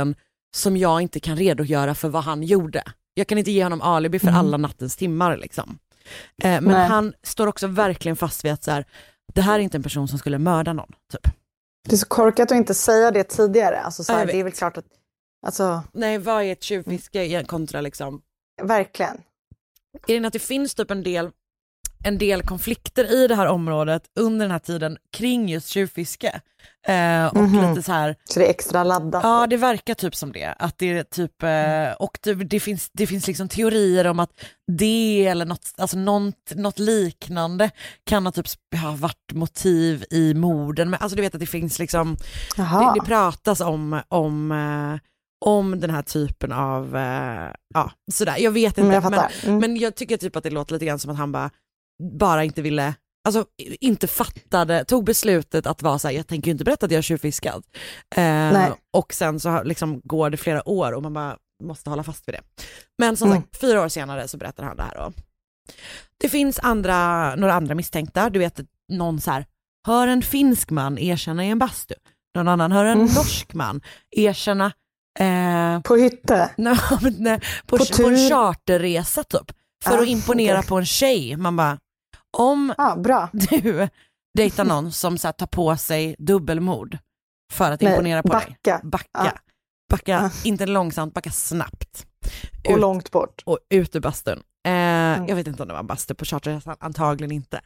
som jag inte kan redogöra för vad han gjorde. Jag kan inte ge honom alibi för mm. alla nattens timmar liksom. Eh, men Nej. han står också verkligen fast vid att så här, det här är inte en person som skulle mörda någon typ. Det är så korkat att inte säga det tidigare. Alltså, så här, det är väl klart att... Alltså... Nej, vad är ett tjuvfiske kontra liksom... Verkligen. Är det att det finns typ en del, en del konflikter i det här området under den här tiden kring just tjuvfiske. Eh, och mm-hmm. lite så här... Så det är extra laddat? Ja, det verkar typ som det. Att det är typ... Eh, och det, det, finns, det finns liksom teorier om att det eller något, alltså något, något liknande kan ha typ ha varit motiv i morden. Men alltså du vet att det finns liksom... Det, det pratas om... om eh, om den här typen av uh, ja, sådär, jag vet inte, jag men, mm. men jag tycker typ att det låter lite grann som att han bara bara inte ville, alltså inte fattade, tog beslutet att vara såhär, jag tänker ju inte berätta att jag har tjuvfiskat uh, och sen så liksom går det flera år och man bara måste hålla fast vid det. Men som mm. sagt, fyra år senare så berättar han det här då. Det finns andra, några andra misstänkta, du vet någon så här, hör en finsk man erkänna i en bastu, någon annan hör en mm. norsk man erkänna Eh, på hytte? Nej, nej, på, på, på en charterresa typ. För ah, att imponera okay. på en tjej. Man bara, om ah, bra. du dejtar någon som så här, tar på sig dubbelmord för att nej, imponera på backa. dig. Backa. Ah. Backa, ah. inte långsamt, backa snabbt. Och ut, långt bort. Och ut ur bastun. Eh, mm. Jag vet inte om det var en bastu på charterresan, antagligen inte.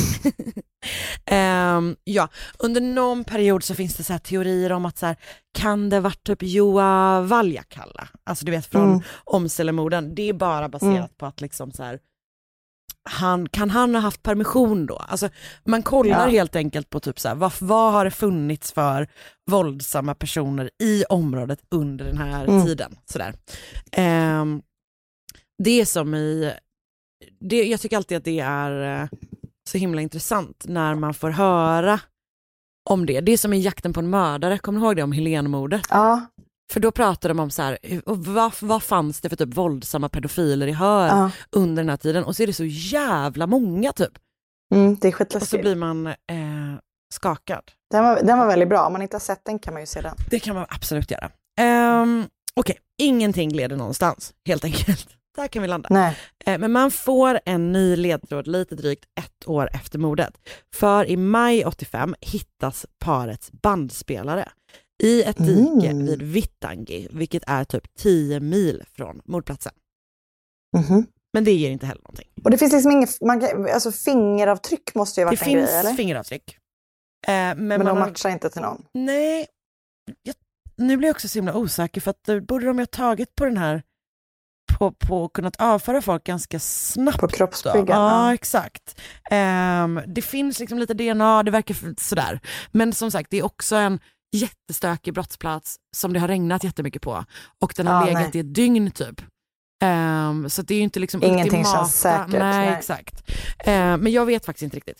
um, ja, under någon period så finns det så här teorier om att så här, kan det varit typ Juha Valjakalla, alltså du vet från mm. Omselemorden, det är bara baserat mm. på att liksom så här, han, kan han ha haft permission då? Alltså man kollar ja. helt enkelt på typ så här, vad, vad har det funnits för våldsamma personer i området under den här mm. tiden sådär. Um, det är som i det, jag tycker alltid att det är så himla intressant när man får höra om det. Det är som i Jakten på en mördare, kommer du ihåg det om Helenmordet? Ja. För då pratade de om så här, vad, vad fanns det för typ våldsamma pedofiler i Hör ja. under den här tiden? Och så är det så jävla många typ. Mm, det är skitläskigt. Och så blir man eh, skakad. Den var, den var väldigt bra, om man inte har sett den kan man ju se den. Det kan man absolut göra. Um, Okej, okay. Ingenting leder någonstans, helt enkelt. Där kan vi landa. Nej. Men man får en ny ledtråd lite drygt ett år efter mordet. För i maj åttiofem hittas parets bandspelare i ett dike mm. vid Vittangi, vilket är typ tio mil från mordplatsen. Mm-hmm. Men det ger inte heller någonting. Och det finns liksom inget, man kan, alltså fingeravtryck måste ju vara en grej, eller? Det finns fingeravtryck. Eh, men men man de matchar har... inte till någon? Nej, jag... nu blir jag också så himla osäker för att borde de ha tagit på den här på, på kunnat avföra folk ganska snabbt. På kroppsbyggen. Ja, exakt. Um, det finns liksom lite D N A, det verkar sådär. Men som sagt, det är också en jättestökig brottsplats som det har regnat jättemycket på. Och den har ja, legat nej. i ett dygn typ. Um, så det är ju inte liksom ingenting ultimata. Känns säkert. Nej, nej. exakt. Uh, men jag vet faktiskt inte riktigt.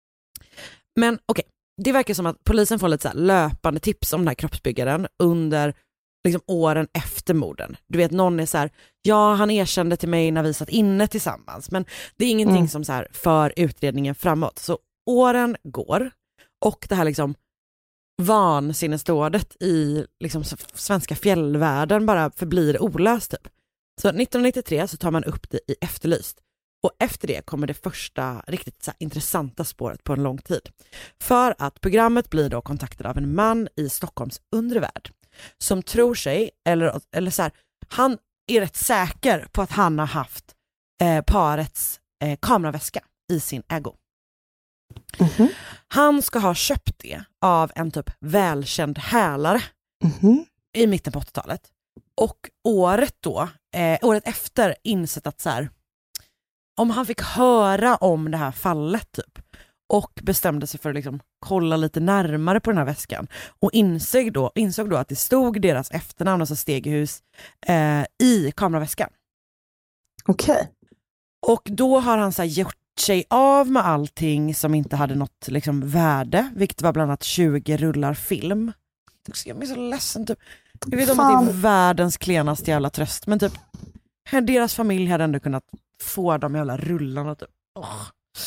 Men okej, okay. Det verkar som att polisen får lite så här löpande tips om den här kroppsbyggaren under liksom åren efter morden. Du vet, någon är så här, ja han erkände till mig när vi satt inne tillsammans, men det är ingenting mm. som så här för utredningen framåt. Så åren går och det här liksom vansinnesdådet i liksom svenska fjällvärlden bara förblir olöst typ. Så nittonhundranittiotre så tar man upp det i Efterlyst. Och efter det kommer det första riktigt så här intressanta spåret på en lång tid. För att programmet blir då kontaktad av en man i Stockholms undervärld som tror sig, eller, eller så här, han är rätt säker på att han har haft eh, parets eh, kameraväska i sin ägo. Mm-hmm. Han ska ha köpt det av en typ välkänd hälare mm-hmm. i mitten på åttiotalet. Och året då, eh, året efter insett att så här, om han fick höra om det här fallet typ och bestämde sig för att liksom kolla lite närmare på den här väskan och insåg då, insåg då att det stod deras efternamn, alltså Stegehus, eh, i kameraväskan. Okej. Okay. Och då har han så här gjort sig av med allting som inte hade något liksom värde, vilket var bland annat tjugo rullar film. Jag är så ledsen typ. Jag vet om att det är världens klenaste jävla tröst, men typ deras familj hade ändå kunnat få de jävla rullarna typ. Oh.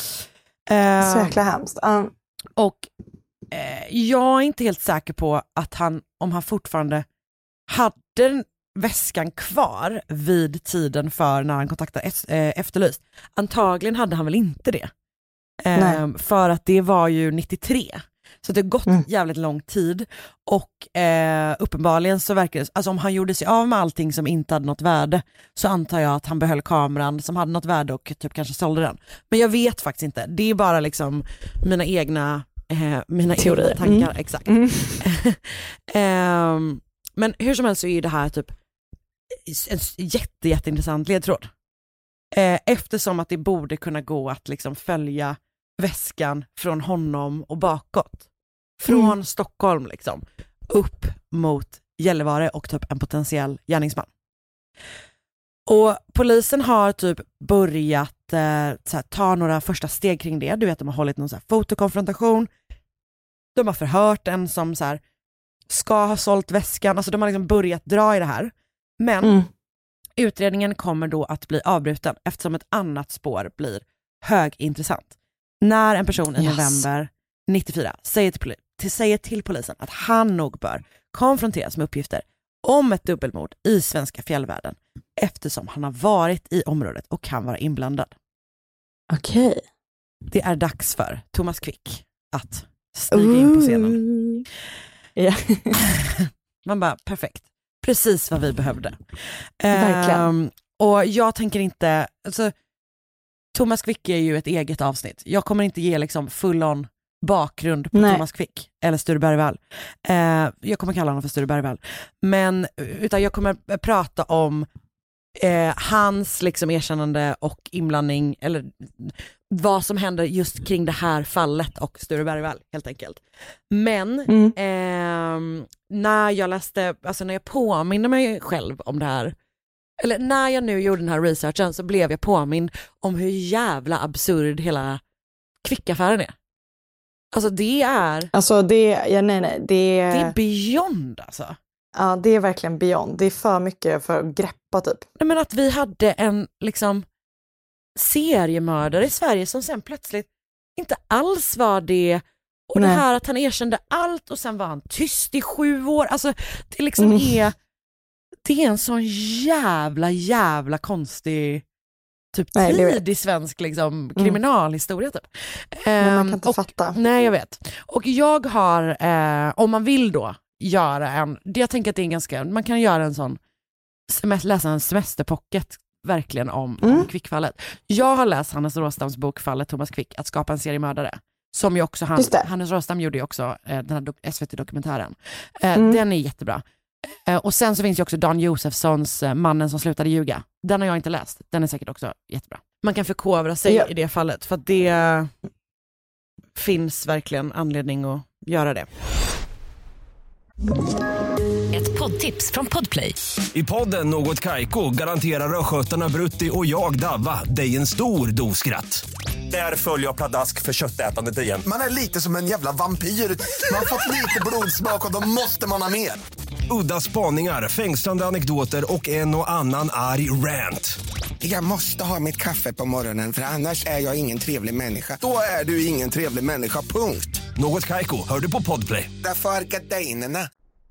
Uh, så jäkla hemskt. Um. Och uh, jag är inte helt säker på att han, om han fortfarande hade den väskan kvar vid tiden för när han kontaktade Efterlyst? Antagligen hade han väl inte det. Eh, för att det var ju nittiotre. Så det har gått mm. jävligt lång tid. Och eh, uppenbarligen så verkar det, alltså om han gjorde sig av med allting som inte hade något värde, så antar jag att han behöll kameran som hade något värde och typ kanske sålde den. Men jag vet faktiskt inte. Det är bara liksom mina egna eh, mina egna tankar. Mm. Exakt. Mm. eh, men hur som helst så är det här typ en jätte, jätteintressant ledtråd. Eh, eftersom att det borde kunna gå att liksom följa väskan från honom och bakåt. Från mm. Stockholm liksom. Upp mot Gällivare och typ en potentiell gärningsman. Och polisen har typ börjat eh, såhär, ta några första steg kring det. Du vet, de har hållit någon såhär fotokonfrontation. De har förhört en som såhär ska ha sålt väskan. Alltså de har liksom börjat dra i det här. Men mm. utredningen kommer då att bli avbruten eftersom ett annat spår blir högintressant. När en person i yes. november nittiofyra säger till, till, säger till polisen att han nog bör konfronteras med uppgifter om ett dubbelmord i svenska fjällvärlden eftersom han har varit i området och kan vara inblandad. Okej. Okay. Det är dags för Thomas Quick att stiga Ooh. in på scenen. Yeah. Man bara, perfekt. Precis vad vi behövde. Verkligen. Um, och jag tänker inte... Alltså, Thomas Quick är ju ett eget avsnitt. Jag kommer inte ge liksom full on bakgrund på Nej. Thomas Quick eller Sture Bergvall. Uh, jag kommer kalla honom för Sture Bergvall. Men utan jag kommer prata om uh, hans liksom erkännande och inblandning eller vad som händer just kring det här fallet och Sture Bergvall helt enkelt. Men mm. uh, när jag läste, alltså när jag påminner mig själv om det här, eller när jag nu gjorde den här researchen, så blev jag påmind om hur jävla absurd hela Quick-affären är. Alltså det är... Alltså det, ja, nej, nej, det... det är beyond alltså. Ja, det är verkligen beyond. Det är för mycket för att greppa typ. Nej, men att vi hade en liksom seriemördare i Sverige som sen plötsligt inte alls var det. Och nej. Det här att han erkände allt och sen var han tyst i sju år. Alltså det liksom mm. är... Det är en sån jävla, jävla konstig typ Nej, tidig svensk liksom, kriminalhistoria typ. Men man kan inte och, fatta. Nej, jag vet. Och jag har, eh, om man vill då göra en, det jag tänker att det är en ganska, man kan göra en sån, läsa en semesterpocket verkligen om, mm. om Quick-fallet. Jag har läst Hannes Råstams bok Fallet Thomas Quick, att skapa en seriemördare. Som ju också, han, Hannes Råstam gjorde ju också eh, den här do- S V T-dokumentären. Eh, mm. Den är jättebra. Och sen så finns ju också Dan Josefssons Mannen som slutade ljuga. Den har jag inte läst. Den är säkert också jättebra. Man kan förkovra sig ja. i det fallet. För att det finns verkligen anledning att göra det. Ett poddtips från Podplay. I podden Något Kaiko garanterar röskötarna Brutti och jag Davva dig en stor doskratt. Där följer jag pladask för köttätandet igen. Man är lite som en jävla vampyr. Man har fått lite blodsmak och då måste man ha mer. Udda spaningar, fängslande anekdoter och en och annan arg rant. Jag måste ha mitt kaffe på morgonen för annars är jag ingen trevlig människa. Då är du ingen trevlig människa, punkt. Något Kaiko, hör du på Podplay. Därför är gardinerna.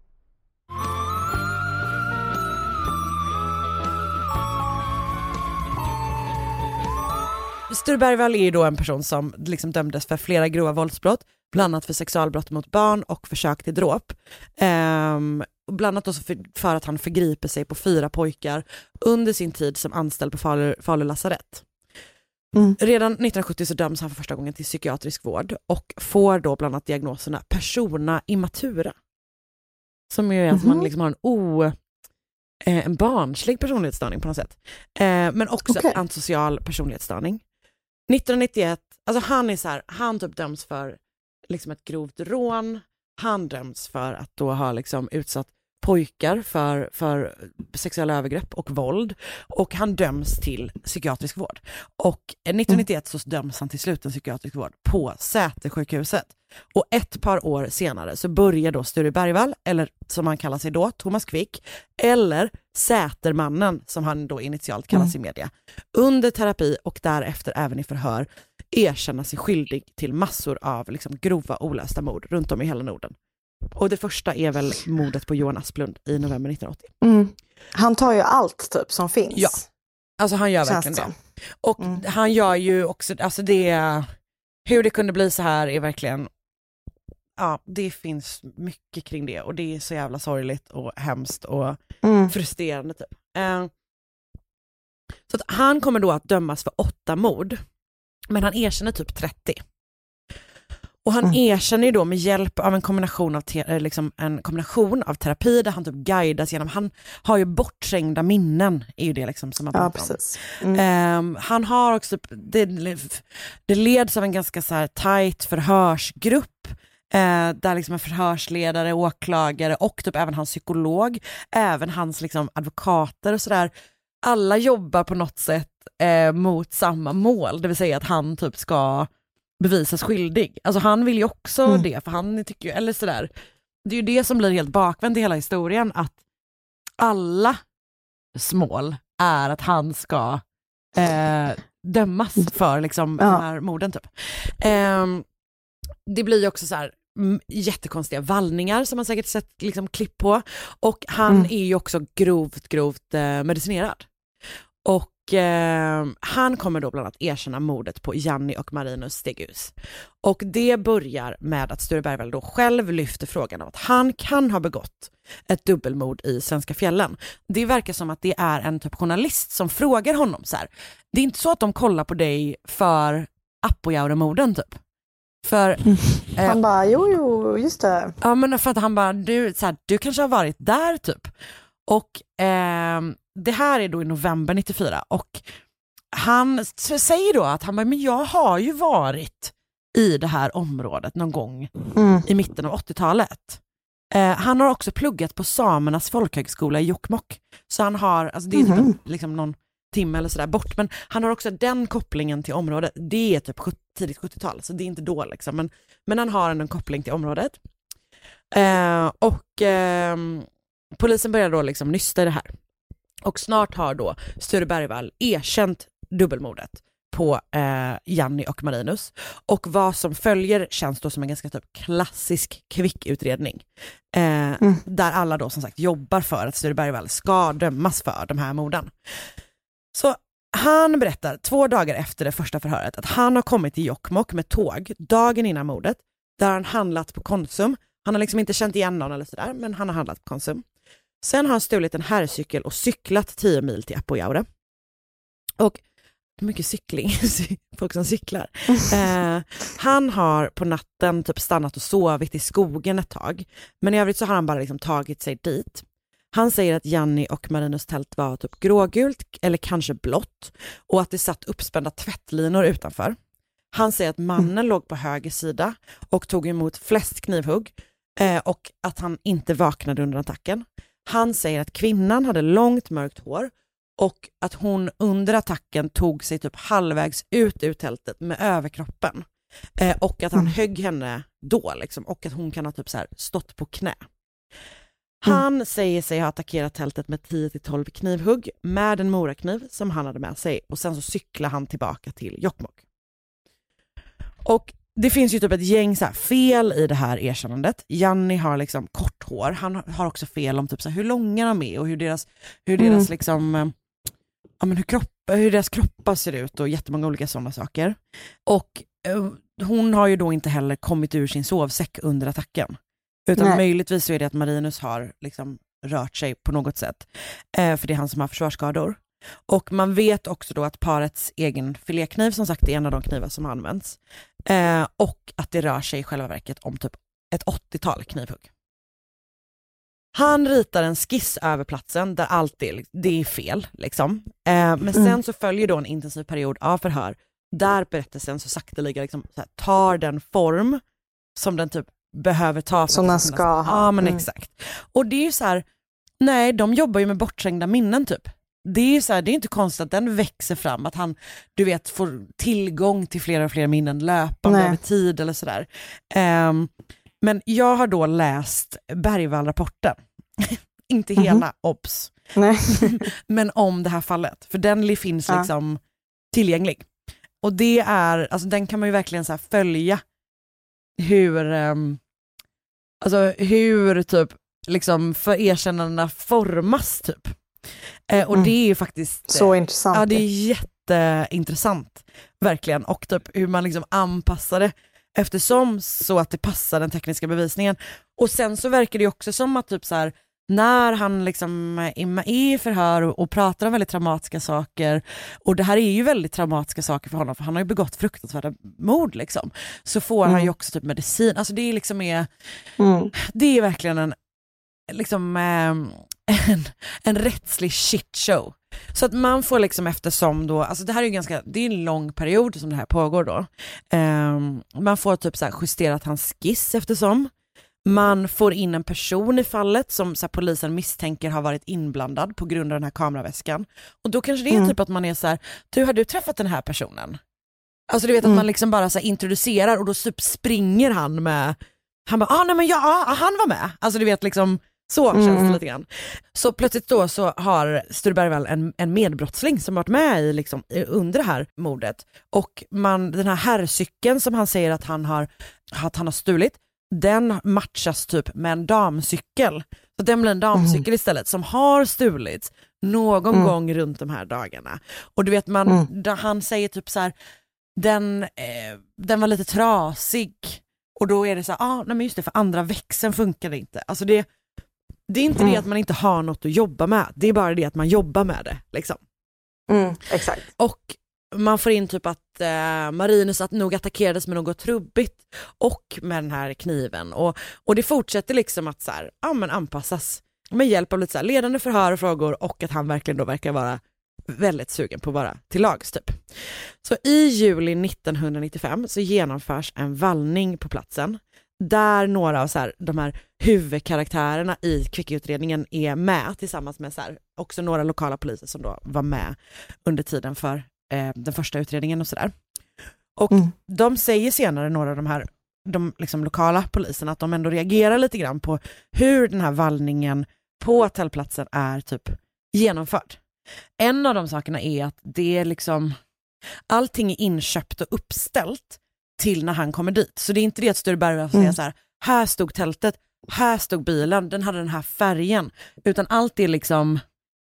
Sture Bergvall är ju då en person som liksom dömdes för flera grova våldsbrott, bland annat för sexualbrott mot barn och försök till dråp. Ehm, bland annat också för, för att han förgriper sig på fyra pojkar under sin tid som anställd på Falu, Falu lasarett. Mm. Redan nittonhundrasjuttio så döms han för första gången till psykiatrisk vård och får då bland annat diagnoserna persona immatura. Som ju är att mm-hmm. man liksom har en o... Eh, en barnslig personlighetsstörning på något sätt. Eh, men också okay. en social personlighetsstörning. nittonhundranittioett, alltså han är så här, han typ döms för liksom ett grovt rån. Han döms för att då ha liksom utsatt pojkar för, för sexuella övergrepp och våld. Och han döms till psykiatrisk vård. Och nittonhundranittioett mm. så döms han till sluten psykiatrisk vård på Sätersjukhuset. Och ett par år senare så börjar då Sture Bergvall, eller som han kallar sig då, Thomas Quick, eller Sätermannen som han då initialt kallas mm. i media, under terapi och därefter även i förhör erkänna sig skyldig till massor av liksom grova olösta mord runt om i hela Norden. Och det första är väl mordet på Johan Asplund i november nittonhundraåttio. Mm. Han tar ju allt typ som finns. Ja, alltså han gör Känns verkligen det. det. Och mm. han gör ju också, alltså det, hur det kunde bli så här är verkligen, ja, det finns mycket kring det. Och det är så jävla sorgligt och hemskt och mm. frustrerande typ. Eh, så att han kommer då att dömas för åtta mord. Men han erkänner typ trettio. Och han mm. erkänner ju då med hjälp av en kombination av te- liksom en kombination av terapi där han typ guidas genom, han har ju bortträngda minnen är ju det liksom som man ja, pratar precis. om. Mm. Um, han har också det, det leds av en ganska så här tight förhörsgrupp uh, där liksom en förhörsledare, åklagare och typ även hans psykolog, även hans liksom advokater och sådär. Alla jobbar på något sätt uh, mot samma mål, det vill säga att han typ ska bevisas skyldig. Alltså han vill ju också mm. det, för han tycker ju, eller sådär. Det är ju det som blir helt bakvänt i hela historien, att alla mål är att han ska eh, dömas för liksom ja. de här morden typ. Eh, det blir ju också så här m- jättekonstiga vallningar som man säkert sett liksom klipp på, och han mm. är ju också grovt, grovt eh, medicinerad. Och Eh, han kommer då bland annat erkänna mordet på Janni och Marinus Steghus. Och det börjar med att Sture Bergvall då själv lyfter frågan om att han kan ha begått ett dubbelmord i Svenska fjällen. Det verkar som att det är en typ journalist som frågar honom så här. Det är inte så att de kollar på dig för Apojaure-morden typ. För eh, han bara, jo jo, just det. Ja, men för att han bara, du, så här, du kanske har varit där typ. Och eh, det här är då i november nittiofyra, och han säger då att han bara, men jag har ju varit i det här området någon gång mm. i mitten av åttiotalet. Eh, han har också pluggat på Samernas folkhögskola i Jokkmokk. Så han har, alltså det är mm. typ, liksom någon timme eller sådär bort, men han har också den kopplingen till området. Det är typ tidigt sjuttiotal, så det är inte då liksom, men, men han har en koppling till området. Eh, och eh, polisen börjar då liksom nysta i det här. Och snart har då Sture Bergvall erkänt dubbelmordet på eh, Janni och Marinus. Och vad som följer känns då som en ganska typ klassisk kvickutredning. Eh, mm. Där alla då som sagt jobbar för att Sture Bergvall ska dömas för de här morden. Så han berättar två dagar efter det första förhöret att han har kommit till Jokkmokk med tåg dagen innan mordet. Där han handlat på Konsum. Han har liksom inte känt igen någon eller sådär, men han har handlat på Konsum. Sen har han stulit en herrcykel och cyklat tio mil till Apojaure. Och mycket cykling, folk som cyklar. Eh, han har på natten typ stannat och sovit i skogen ett tag. Men i övrigt så har han bara liksom tagit sig dit. Han säger att Janni och Marinus tält var typ grågult eller kanske blått. Och att det satt uppspända tvättlinor utanför. Han säger att mannen mm. låg på höger sida och tog emot flest knivhugg. Eh, och att han inte vaknade under attacken. Han säger att kvinnan hade långt mörkt hår och att hon under attacken tog sig typ halvvägs ut ur tältet med överkroppen. Eh, och att han mm. högg henne då liksom, och att hon kan ha typ så här stått på knä. Han mm. säger sig ha attackerat tältet med tio till tolv knivhugg med en morakniv som han hade med sig, och sen så cyklar han tillbaka till Jokkmokk. Och det finns ju typ ett gäng så här fel i det här erkännandet. Janni har liksom kort hår. Han har också fel om typ så här hur långa de är och hur deras, hur deras mm. liksom, ja, men hur, kropp, hur deras kroppar ser ut och jättemånga olika sådana saker. Och eh, hon har ju då inte heller kommit ur sin sovsäck under attacken. Utan Nej. möjligtvis så är det att Marinus har liksom rört sig på något sätt. Eh, för det är han som har försvarsskador. Och man vet också då att parets egen filékniv som sagt är en av de knivar som används. Eh, och att det rör sig i själva verket om typ ett åttiotal knivhugg. Han ritar en skiss över platsen där allt är, det är fel. Liksom. Eh, men sen mm. så följer då en intensiv period av förhör där berättelsen så sakteliga liksom, så här, tar den form som den typ behöver ta. För som den ska ha. Ja, men mm. exakt. Och det är ju så här, nej, de jobbar ju med bortträngda minnen typ. Det är ju så här, det är inte konstigt att den växer fram, att han, du vet, får tillgång till flera och flera minnen löpande över tid eller sådär. Um, men jag har då läst Bergvall-rapporten. Inte mm-hmm. hela, obs. Nej. Men om det här fallet. För den finns ja. liksom tillgänglig. Och det är, alltså den kan man ju verkligen så här följa hur, um, Alltså hur typ liksom för erkännandena formas typ. Eh, och mm. det är ju faktiskt så eh, intressant. Ja, det är jätteintressant verkligen, och typ hur man liksom anpassar det eftersom så att det passar den tekniska bevisningen. Och sen så verkar det ju också som att typ så här, när han liksom är i förhör och, och pratar om väldigt traumatiska saker, och det här är ju väldigt traumatiska saker för honom för han har ju begått fruktansvärda mord liksom, så får mm. han ju också typ medicin. Alltså det är liksom är, mm. det är verkligen en liksom eh, en, en rättslig shitshow. Så att man får liksom eftersom då, alltså det här är ju ganska, det är en lång period som det här pågår då. Eh, man får typ så här justerat hans skiss eftersom. Man får in en person i fallet som så här, polisen misstänker har varit inblandad på grund av den här kameraväskan. Och då kanske det är mm. typ att man är så här, du har du träffat den här personen? Alltså du vet mm. att man liksom bara så här, introducerar och då typ springer han med, han bara, ah nej men ja, ah, han var med. Alltså du vet liksom, så känns mm. det lite grann. Så plötsligt då så har Sture Bergvall en, en medbrottsling som varit med i liksom, under det här mordet. Och man, den här herrcykeln som han säger att han har, att han har stulit, den matchas typ med en damcykel. Så den blir en damcykel mm. istället som har stulits någon mm. gång runt de här dagarna. Och du vet man, mm. han säger typ så här, den, eh, den var lite trasig. Och då är det så här, ah, nej men just det, för andra växeln funkar det inte. Alltså det, det är inte mm. det att man inte har något att jobba med. Det är bara det att man jobbar med det liksom. Mm, exakt. Och man får in typ att eh, Marinus att nog attackerades med något trubbigt och med den här kniven. Och, och det fortsätter liksom att så här, ja, men anpassas med hjälp av lite så här ledande förhör och frågor, och att han verkligen då verkar vara väldigt sugen på att vara till lags typ. Så i juli nittonhundranittiofem så genomförs en vallning på platsen där några av så här, de här huvudkaraktärerna i Kvickie-utredningen är med tillsammans med så här, också några lokala poliser som då var med under tiden för eh, den första utredningen och sådär. Och mm. de säger senare, några av de här de liksom lokala poliserna, att de ändå reagerar lite grann på hur den här vallningen på tältplatsen är typ genomförd. En av de sakerna är att det är liksom allting är inköpt och uppställt till när han kommer dit. Så det är inte det att Sture Bergvall säger mm. så här, här stod tältet, här stod bilen, den hade den här färgen, utan allt är liksom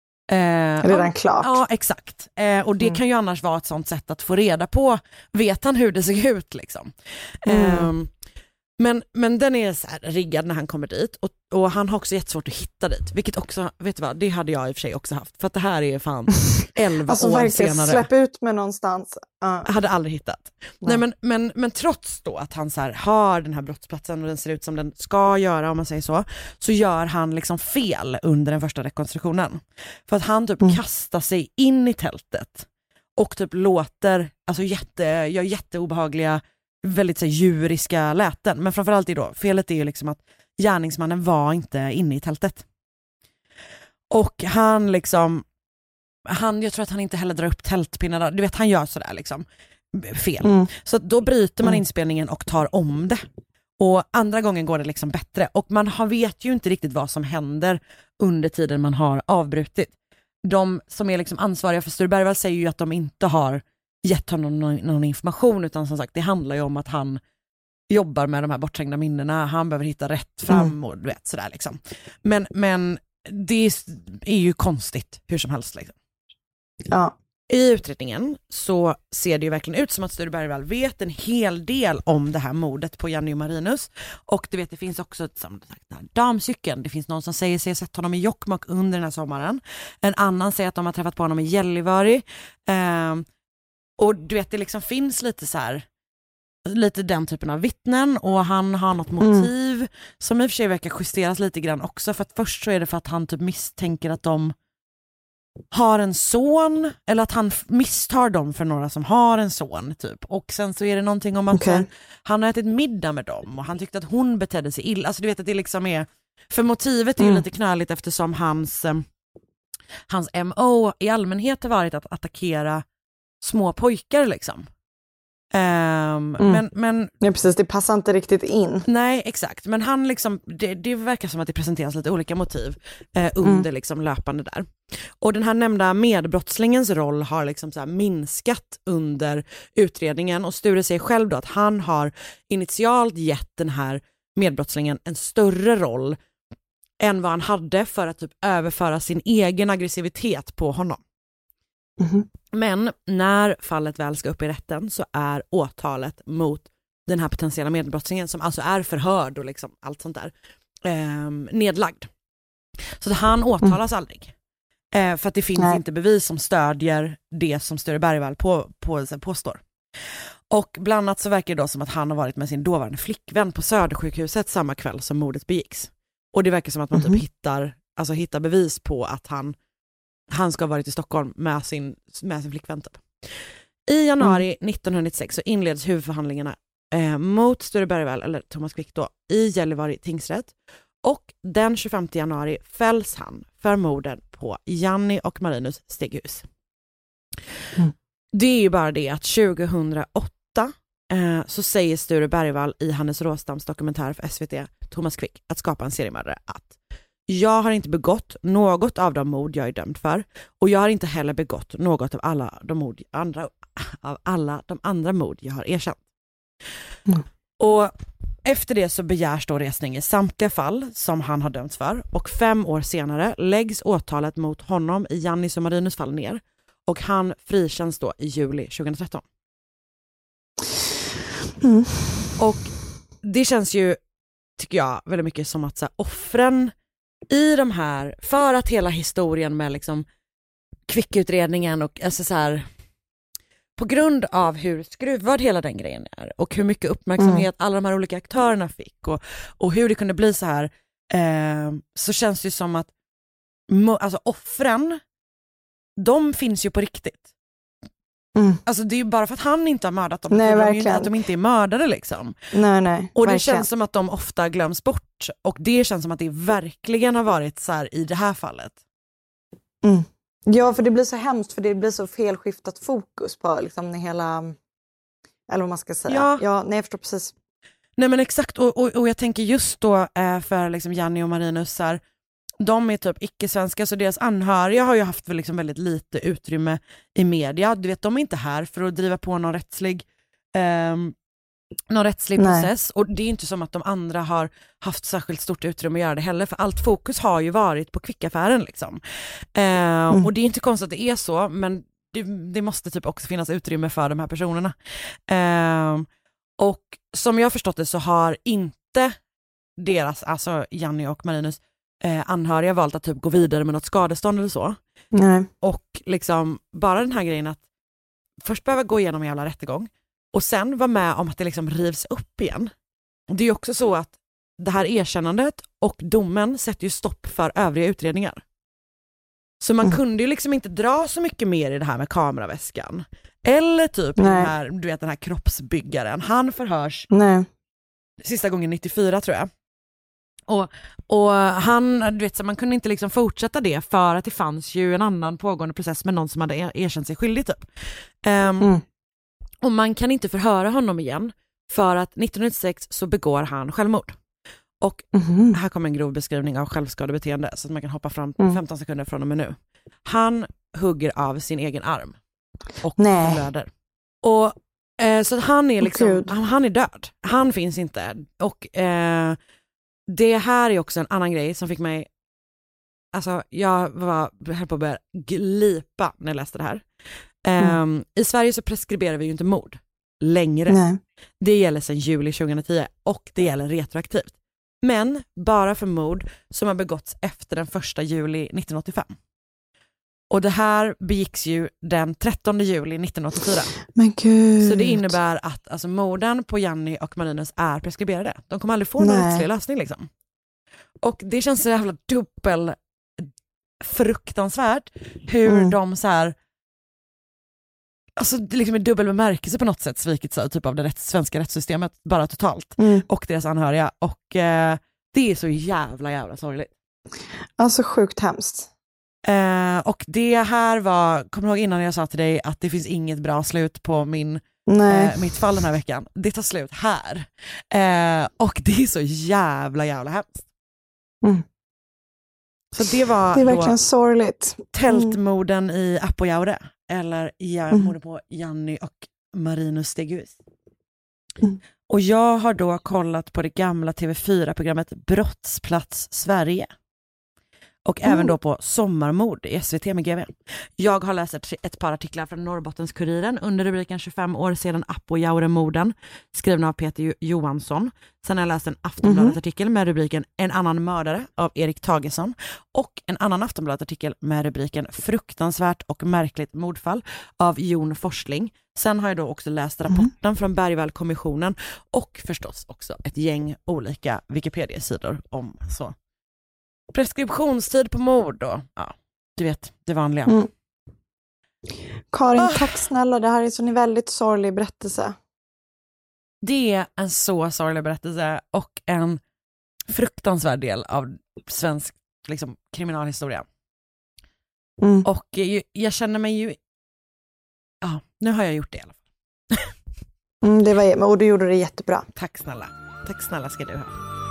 eh, redan ja, klart. Ja, exakt. Eh, och det mm. kan ju annars vara ett sånt sätt att få reda på, vet han hur det ser ut liksom. Mm. Eh, men, men den är så här riggad när han kommer dit, och, och han har också jättesvårt att hitta dit, vilket också, vet du vad, det hade jag i och för sig också haft, för att det här är fan elva alltså, år senare. Släpp ut med någonstans. Uh. Jag hade aldrig hittat. Nej. Nej, men, men, men trots då att han så här har den här brottsplatsen och den ser ut som den ska göra, om man säger så, så gör han liksom fel under den första rekonstruktionen. För att han typ mm. kastar sig in i tältet och typ låter, alltså jätte, gör jätteobehagliga, väldigt så här, djuriska läten. Men framförallt är då, felet är ju liksom att gärningsmannen var inte inne i tältet. Och han liksom han, jag tror att han inte heller drar upp tältpinnarna. Du vet, han gör sådär liksom fel. Mm. Så då bryter man inspelningen och tar om det. Och andra gången går det liksom bättre. Och man har, vet ju inte riktigt vad som händer under tiden man har avbrutit. De som är liksom ansvariga för Sture Bergvall säger ju att de inte har gett honom någon, någon information, utan som sagt, det handlar ju om att han jobbar med de här bortträngda minnena. Han behöver hitta rätt fram mm. och du vet sådär liksom. Men, men det är ju konstigt hur som helst liksom. Ja. I utredningen så ser det ju verkligen ut som att Sture Bergvall vet en hel del om det här mordet på Jenny och Marinus. Och du vet, det finns också ett, som sagt, den här damcykeln. Det finns någon som säger sig ha sett honom i Jokkmokk under den här sommaren. En annan säger att de har träffat på honom i Gällivare. Um, och du vet, det liksom finns lite så här, lite den typen av vittnen, och han har något motiv mm. som i och för sig verkar justeras lite grann också. För att först så är det för att han typ misstänker att de har en son, eller att han misstar dem för några som har en son typ. Och sen så är det någonting om att okay. han har ätit middag med dem och han tyckte att hon betedde sig illa. Alltså du vet att det liksom är, för motivet är ju mm. lite knöligt, eftersom hans hans M O i allmänhet har varit att attackera små pojkar liksom. Um, mm. men, men ja, precis, det passar inte riktigt in. Nej, exakt. Men han liksom, det, det verkar som att det presenteras lite olika motiv eh, under mm. liksom löpande där. Och den här nämnda medbrottslingens roll har liksom så här minskat under utredningen, och Sture säger själv då att han har initialt gett den här medbrottslingen en större roll än vad han hade för att typ överföra sin egen aggressivitet på honom. Mm-hmm. Men när fallet väl ska upp i rätten så är åtalet mot den här potentiella medbrottslingen, som alltså är förhörd och liksom allt sånt där, eh, nedlagd. Så att han åtalas mm. aldrig. Eh, för att det finns Nej. inte bevis som stödjer det som Sture Bergvall på, på, på, påstår. Och bland annat så verkar det då som att han har varit med sin dåvarande flickvän på Södersjukhuset samma kväll som mordet begicks. Och det verkar som att man typ mm. hittar, alltså hittar bevis på att han, han ska ha varit i Stockholm med sin, med sin flickvän typ. I januari mm. nittonhundranittiosex så inleds huvudförhandlingarna eh, mot Sture Bergvall, eller Thomas Quick då, i Gällivare tingsrätt. Och den tjugofemte januari fälls han för morden på Janni och Marinus Steghus. Mm. Det är ju bara det att tjugohundraåtta eh, så säger Sture Bergvall i Hannes Råstams dokumentär för S V T, Thomas Quick, att skapa en seriemördare, att jag har inte begått något av de mord jag är dömd för, och jag har inte heller begått något av alla de mord, andra, av alla de andra mord jag har erkänt. Mm. Och efter det så begärs då resning i samtliga fall som han har dömts för, och fem år senare läggs åtalet mot honom i Jannis och Marinus fall ner, och han frikänns då i juli tjugohundratretton. Mm. Och det känns ju, tycker jag, väldigt mycket som att så här, offren i de här, för att hela historien med liksom Quick-utredningen och alltså så här, på grund av hur skruvad hela den grejen är och hur mycket uppmärksamhet mm. alla de här olika aktörerna fick och, och hur det kunde bli så här, eh, så känns det som att alltså offren, de finns ju på riktigt. Mm. Alltså det är ju bara för att han inte har mördat dem, nej, de inte, att de inte är mördare liksom. Nej, nej, och det verkligen. Känns som att de ofta glöms bort, och det känns som att det verkligen har varit så här i det här fallet. Mm. Ja, för det blir så hemskt, för det blir så felskiftat fokus på liksom hela, eller vad man ska säga. Ja, ja nej, jag förstår precis. Nej men exakt, och, och, och jag tänker just då eh, för liksom Janni och Marinus här, de är typ icke-svenska, så deras anhöriga har ju haft liksom väldigt lite utrymme i media. Du vet, de är inte här för att driva på någon rättslig eh, någon rättslig Nej. process, och det är inte som att de andra har haft särskilt stort utrymme att göra det heller, för allt fokus har ju varit på Quick-affären liksom. Eh, mm. Och det är inte konstigt att det är så, men det, det måste typ också finnas utrymme för de här personerna. Eh, och som jag har förstått det så har inte deras, alltså Janni och Marinus eh, anhöriga valt att typ gå vidare med något skadestånd eller så. Nej. Och liksom bara den här grejen att först behöva gå igenom en jävla rättegång och sen vara med om att det liksom rivs upp igen. Det är ju också så att det här erkännandet och domen sätter ju stopp för övriga utredningar. Så man mm. kunde ju liksom inte dra så mycket mer i det här med kameraväskan. Eller typ den här, du vet, den här kroppsbyggaren. Han förhörs Nej. sista gången nittiofyra tror jag. Och, och han, du vet, så man kunde inte liksom fortsätta det för att det fanns ju en annan pågående process med någon som hade erkänt sig skyldig typ. Um, mm. Och man kan inte förhöra honom igen för att nittonhundranittiosex så begår han självmord. Och mm. här kommer en grov beskrivning av självskadebeteende så att man kan hoppa fram mm. femton sekunder från och med nu. Han hugger av sin egen arm och Nej. blöder. Och eh, så att han är liksom, oh, han, han är död. Han finns inte. Och eh, det här är också en annan grej som fick mig, alltså jag var här på att börja glipa när jag läste det här. Mm. Um, I Sverige så preskriberar vi ju inte mord längre. Nej. Det gäller sedan juli tjugohundratio och det gäller retroaktivt. Men bara för mord som har begåtts efter den första juli nittonhundraåttiofem. Och det här begicks ju den trettonde juli nittonhundraåttiofyra. Men gud. Så det innebär att alltså, morden på Janni och Marinus är preskriberade. De kommer aldrig få någon Nej. rättslig lösning liksom. Och det känns så jävla dubbel fruktansvärt hur mm. de så här, alltså det liksom är dubbel bemärkelse på något sätt svikit så typ av det rätt, svenska rättssystemet bara totalt mm. och deras anhöriga, och eh, det är så jävla jävla sorgligt. Alltså sjukt hemskt. Eh, och det här var, kommer du ihåg innan jag sa till dig att det finns inget bra slut på min eh, mitt fall den här veckan. Det tar slut här. Eh, och det är så jävla jävla hemskt. Mm. Så det var det är verkligen sorgligt. Tältmorden mm. i Apojaure eller ja, mm. morden på Janni och Marinus Steghus. Mm. Och jag har då kollat på det gamla T V fyra-programmet Brottsplats Sverige. Och mm. även då på Sommarmord i S V T med G V. Jag har läst ett, ett par artiklar från Norrbottens-Kuriren under rubriken tjugofem år sedan Apojaure-morden, skrivna av Peter Johansson. Sen har jag läst en Aftonbladet-artikel med rubriken En annan mördare av Erik Tagesson. Och en annan Aftonbladet-artikel med rubriken Fruktansvärt och märkligt mordfall av Jon Forsling. Sen har jag då också läst rapporten mm. från Bergvall-kommissionen och förstås också ett gäng olika Wikipedia-sidor om så. Preskriptionstid på mord då. Ja, du vet, det vanliga. Mm. Karin, ah. tack snälla. Det här är så en väldigt sorglig berättelse. Det är en så sorglig berättelse och en fruktansvärd del av svensk liksom, kriminalhistoria. Mm. Och jag, jag känner mig ju... Ja, nu har jag gjort det i alla fall. mm, det var, och du gjorde det jättebra. Tack snälla. Tack snälla ska du ha.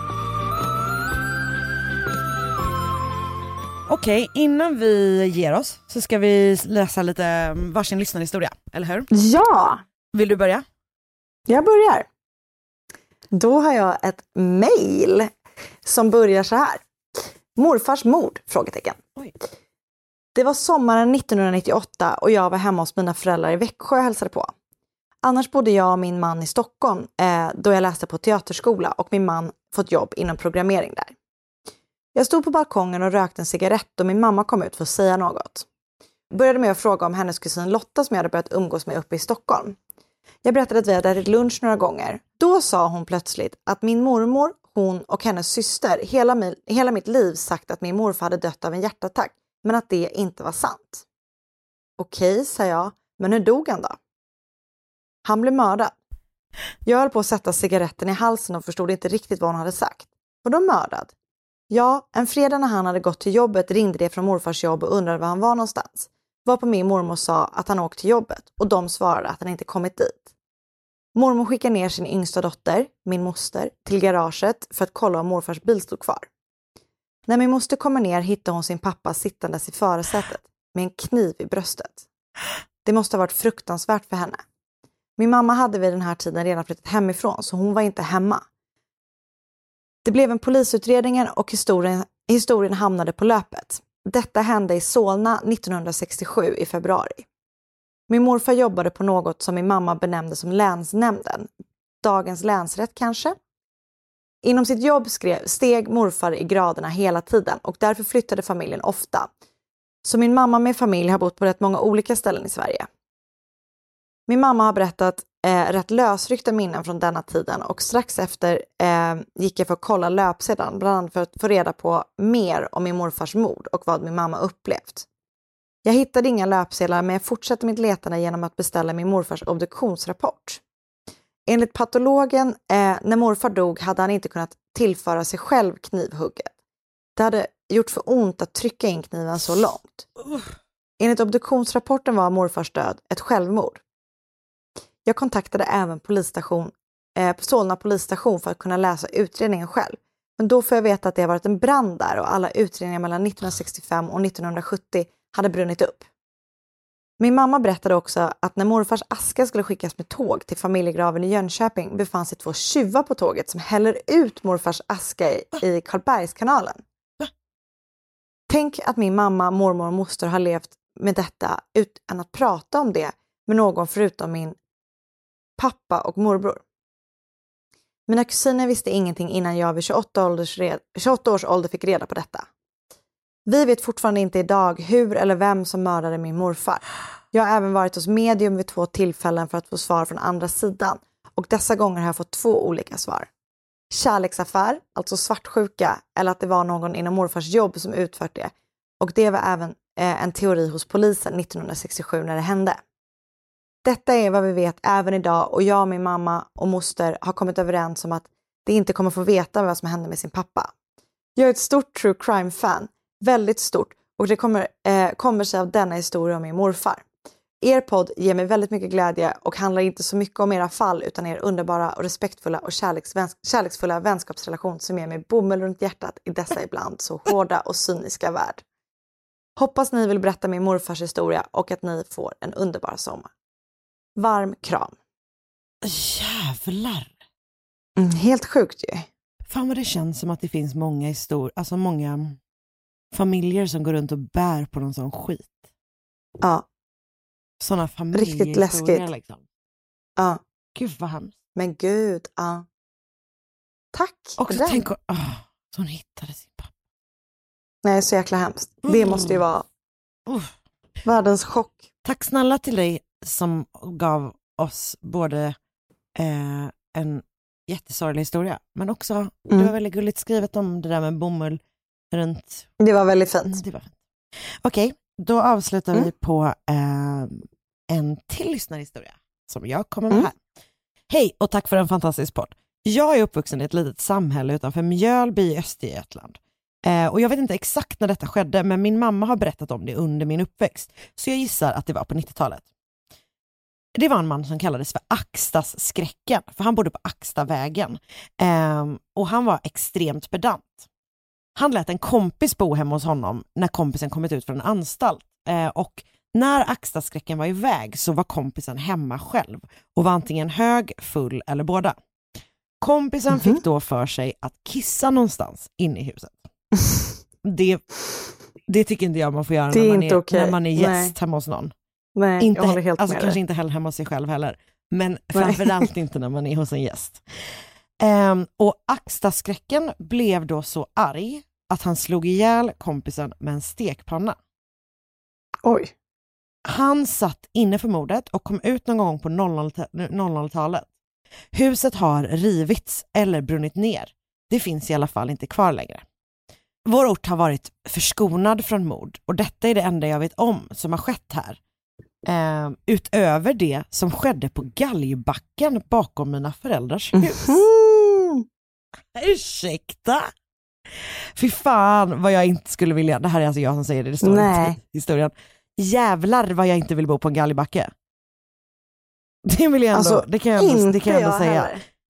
Okej, innan vi ger oss så ska vi läsa lite varsin lyssnarhistoria, eller hur? Ja! Vill du börja? Jag börjar. Då har jag ett mejl som börjar så här. Morfars mord? Frågetecken. Oj. Det var sommaren nittonhundranittioåtta och jag var hemma hos mina föräldrar i Växjö och hälsade på. Annars bodde jag och min man i Stockholm eh, då jag läste på teaterskola och min man fått jobb inom programmering där. Jag stod på balkongen och rökte en cigarett och min mamma kom ut för att säga något. Jag började med att fråga om hennes kusin Lotta som jag hade börjat umgås med uppe i Stockholm. Jag berättade att vi hade ätit lunch några gånger. Då sa hon plötsligt att min mormor, hon och hennes syster hela, min, hela mitt liv sagt att min morfar hade dött av en hjärtattack, men att det inte var sant. Okej, sa jag, men hur dog han då? Han blev mördad. Jag höll på att sätta cigaretten i halsen och förstod inte riktigt vad hon hade sagt. Och då mördad? Ja, en fredag när han hade gått till jobbet ringde det från morfars jobb och undrade var han var någonstans. Varpå min mormor sa att han åkt till jobbet och de svarade att han inte kommit dit. Mormor skickade ner sin yngsta dotter, min moster, till garaget för att kolla om morfars bil stod kvar. När min moster kommer ner hittade hon sin pappa sittandes i förarsätet med en kniv i bröstet. Det måste ha varit fruktansvärt för henne. Min mamma hade vid den här tiden redan flyttat hemifrån så hon var inte hemma. Det blev en polisutredning och historien, historien hamnade på löpet. Detta hände i Solna nittonhundrasextiosju i februari. Min morfar jobbade på något som min mamma benämnde som länsnämnden. Dagens länsrätt kanske? Inom sitt jobb skrev, steg morfar i graderna hela tiden och därför flyttade familjen ofta. Så min mamma med familj har bott på rätt många olika ställen i Sverige. Min mamma har berättat eh, rätt lösryckta minnen från denna tiden och strax efter eh, gick jag för att kolla löpsedan, bland annat för att få reda på mer om min morfars mord och vad min mamma upplevt. Jag hittade inga löpsedlar men jag fortsatte mitt letande genom att beställa min morfars obduktionsrapport. Enligt patologen, eh, när morfar dog hade han inte kunnat tillföra sig själv knivhugget. Det hade gjort för ont att trycka in kniven så långt. Enligt obduktionsrapporten var morfars död ett självmord. Jag kontaktade även polisstation, eh, Solna polisstation för att kunna läsa utredningen själv. Men då får jag veta att det har varit en brand där och alla utredningar mellan nittonhundrasextiofem och nittonhundrasjuttio hade brunnit upp. Min mamma berättade också att när morfars aska skulle skickas med tåg till familjegraven i Jönköping befann sig två tjuvar på tåget som häller ut morfars aska i, i Karlbergskanalen. Tänk att min mamma, mormor och moster har levt med detta utan att prata om det med någon förutom min pappa och morbror. Mina kusiner visste ingenting innan jag vid tjugoåtta, ålders red, tjugoåtta års ålder fick reda på detta. Vi vet fortfarande inte idag hur eller vem som mördade min morfar. Jag har även varit hos medium vid två tillfällen för att få svar från andra sidan. Och dessa gånger har jag fått två olika svar. Kärleksaffär, alltså svartsjuka, eller att det var någon inom morfars jobb som utfört det. Och det var även eh, en teori hos polisen nittonhundrasextiosju när det hände. Detta är vad vi vet även idag och jag, min mamma och moster har kommit överens om att det inte kommer få veta vad som hände med sin pappa. Jag är ett stort true crime-fan, väldigt stort, och det kommer, eh, kommer sig av denna historia om min morfar. Er podd ger mig väldigt mycket glädje och handlar inte så mycket om era fall utan er underbara och respektfulla och kärleksväns- kärleksfulla vänskapsrelation som ger mig bomull runt hjärtat i dessa ibland så hårda och cyniska värld. Hoppas ni vill berätta min morfars historia och att ni får en underbar sommar. Varm kram. Jävlar. Mm, helt sjukt ju. Fan vad det känns som att det finns många historier, alltså många familjer som går runt och bär på någon sån skit. Ja. Såna familjehistorier. Riktigt läskigt. Liksom. Ja. Gud vad hemskt. Men gud, ja. Tack. Också tänk att oh, så hon hittade sin pappa. Nej, så jäkla hemskt. Mm. Det måste ju vara uh. världens chock. Tack snälla till dig som gav oss både eh, en jättesorglig historia, men också, mm. det var väldigt gulligt skrivet om det där med bomull runt. Det var väldigt fint. Mm, det var fint. Okej, då avslutar mm. vi på eh, en till lyssnarhistoria som jag kommer med mm. här. Hej och tack för en fantastisk podd. Jag är uppvuxen i ett litet samhälle utanför Mjölby i Östergötland. Eh, och jag vet inte exakt när detta skedde, men min mamma har berättat om det under min uppväxt. Så jag gissar att det var på nittiotalet. Det var en man som kallades för Axtas-skräcken, för han bodde på Axtavägen. Eh, och han var extremt pedant. Han lät en kompis bo hemma hos honom när kompisen kommit ut från en anstalt. Eh, och när Axtas-skräcken var iväg så var kompisen hemma själv och var antingen hög, full eller båda. Kompisen mm-hmm. fick då för sig att kissa någonstans inne i huset. Det, det tycker inte jag man får göra när man, är, okay. när man är gäst Nej. hemma hos någon. Nej, inte, jag håller helt alltså med kanske det. inte heller hemma hos sig själv heller. Men framförallt inte när man är hos en gäst. Um, och Axtas-skräcken blev då så arg att han slog ihjäl kompisen med en stekpanna. Oj. Han satt inne för mordet och kom ut någon gång på nollnolltalet. Huset har rivits eller brunnit ner. Det finns i alla fall inte kvar längre. Vår ort har varit förskonad från mord och detta är det enda jag vet om som har skett här. Uh, utöver det som skedde på galgbacken bakom mina föräldrars hus. Mm-hmm. Ursäkta? Fy fan vad jag inte skulle vilja. Det här är alltså jag som säger det, det står i historien. Jävlar vad jag inte vill bo på en galgbacke. Det vill jag ändå, alltså, det kan jag ändå, det kan jag ändå säga.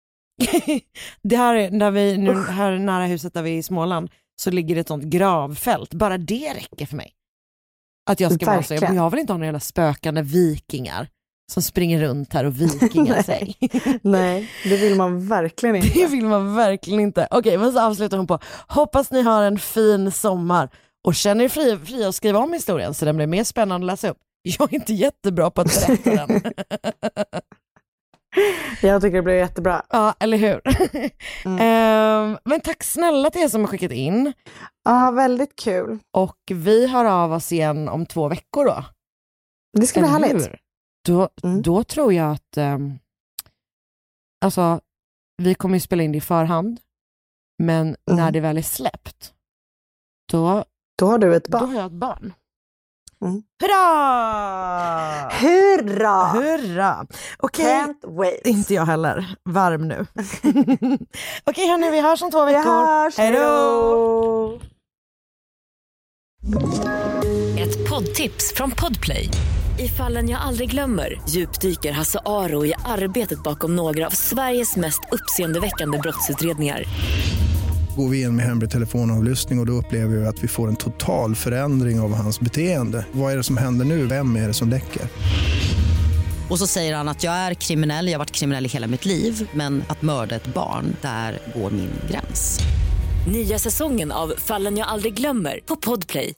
Det här är när vi nu här nära huset där vi är i Småland så ligger det ett sånt gravfält. Bara det räcker för mig. Att jag ska vara så. Jag, jag vill inte ha några jävla spökande vikingar som springer runt här och vikingar sig. Nej, det vill man verkligen inte. Det vill man verkligen inte. Okej, men så avslutar hon på. Hoppas ni har en fin sommar och känner er fri, fri att skriva om historien så den blir mer spännande att läsa upp. Jag är inte jättebra på att berätta den. Jag tycker det blir jättebra. Ja, eller hur? Mm. um, men tack snälla till er som har skickat in. Ja, väldigt kul. Och vi hör av oss igen om två veckor då. Det ska bli härligt. Då, mm. då tror jag att um, alltså, vi kommer ju spela in det i förhand. Men mm. när det väl är släppt då, då har du ett barn. Då har jag ett barn. Mm. Hurra! Hurra! Hurra! Okej, Can't wait. Inte jag heller. Varm nu. Okej hörni, vi hörs om två veckor. Vi hörs. Hej då! Ett poddtips från Podplay. I Fallen jag aldrig glömmer djupdyker Hasse Aro i arbetet bakom några av Sveriges mest uppseendeväckande brottsutredningar. Går vi in med hemlig telefonavlyssning och, och då upplever vi att vi får en total förändring av hans beteende. Vad är det som händer nu? Vem är det som läcker? Och så säger han att jag är kriminell, jag har varit kriminell i hela mitt liv. Men att mörda ett barn, där går min gräns. Nya säsongen av Fallen jag aldrig glömmer på Podplay.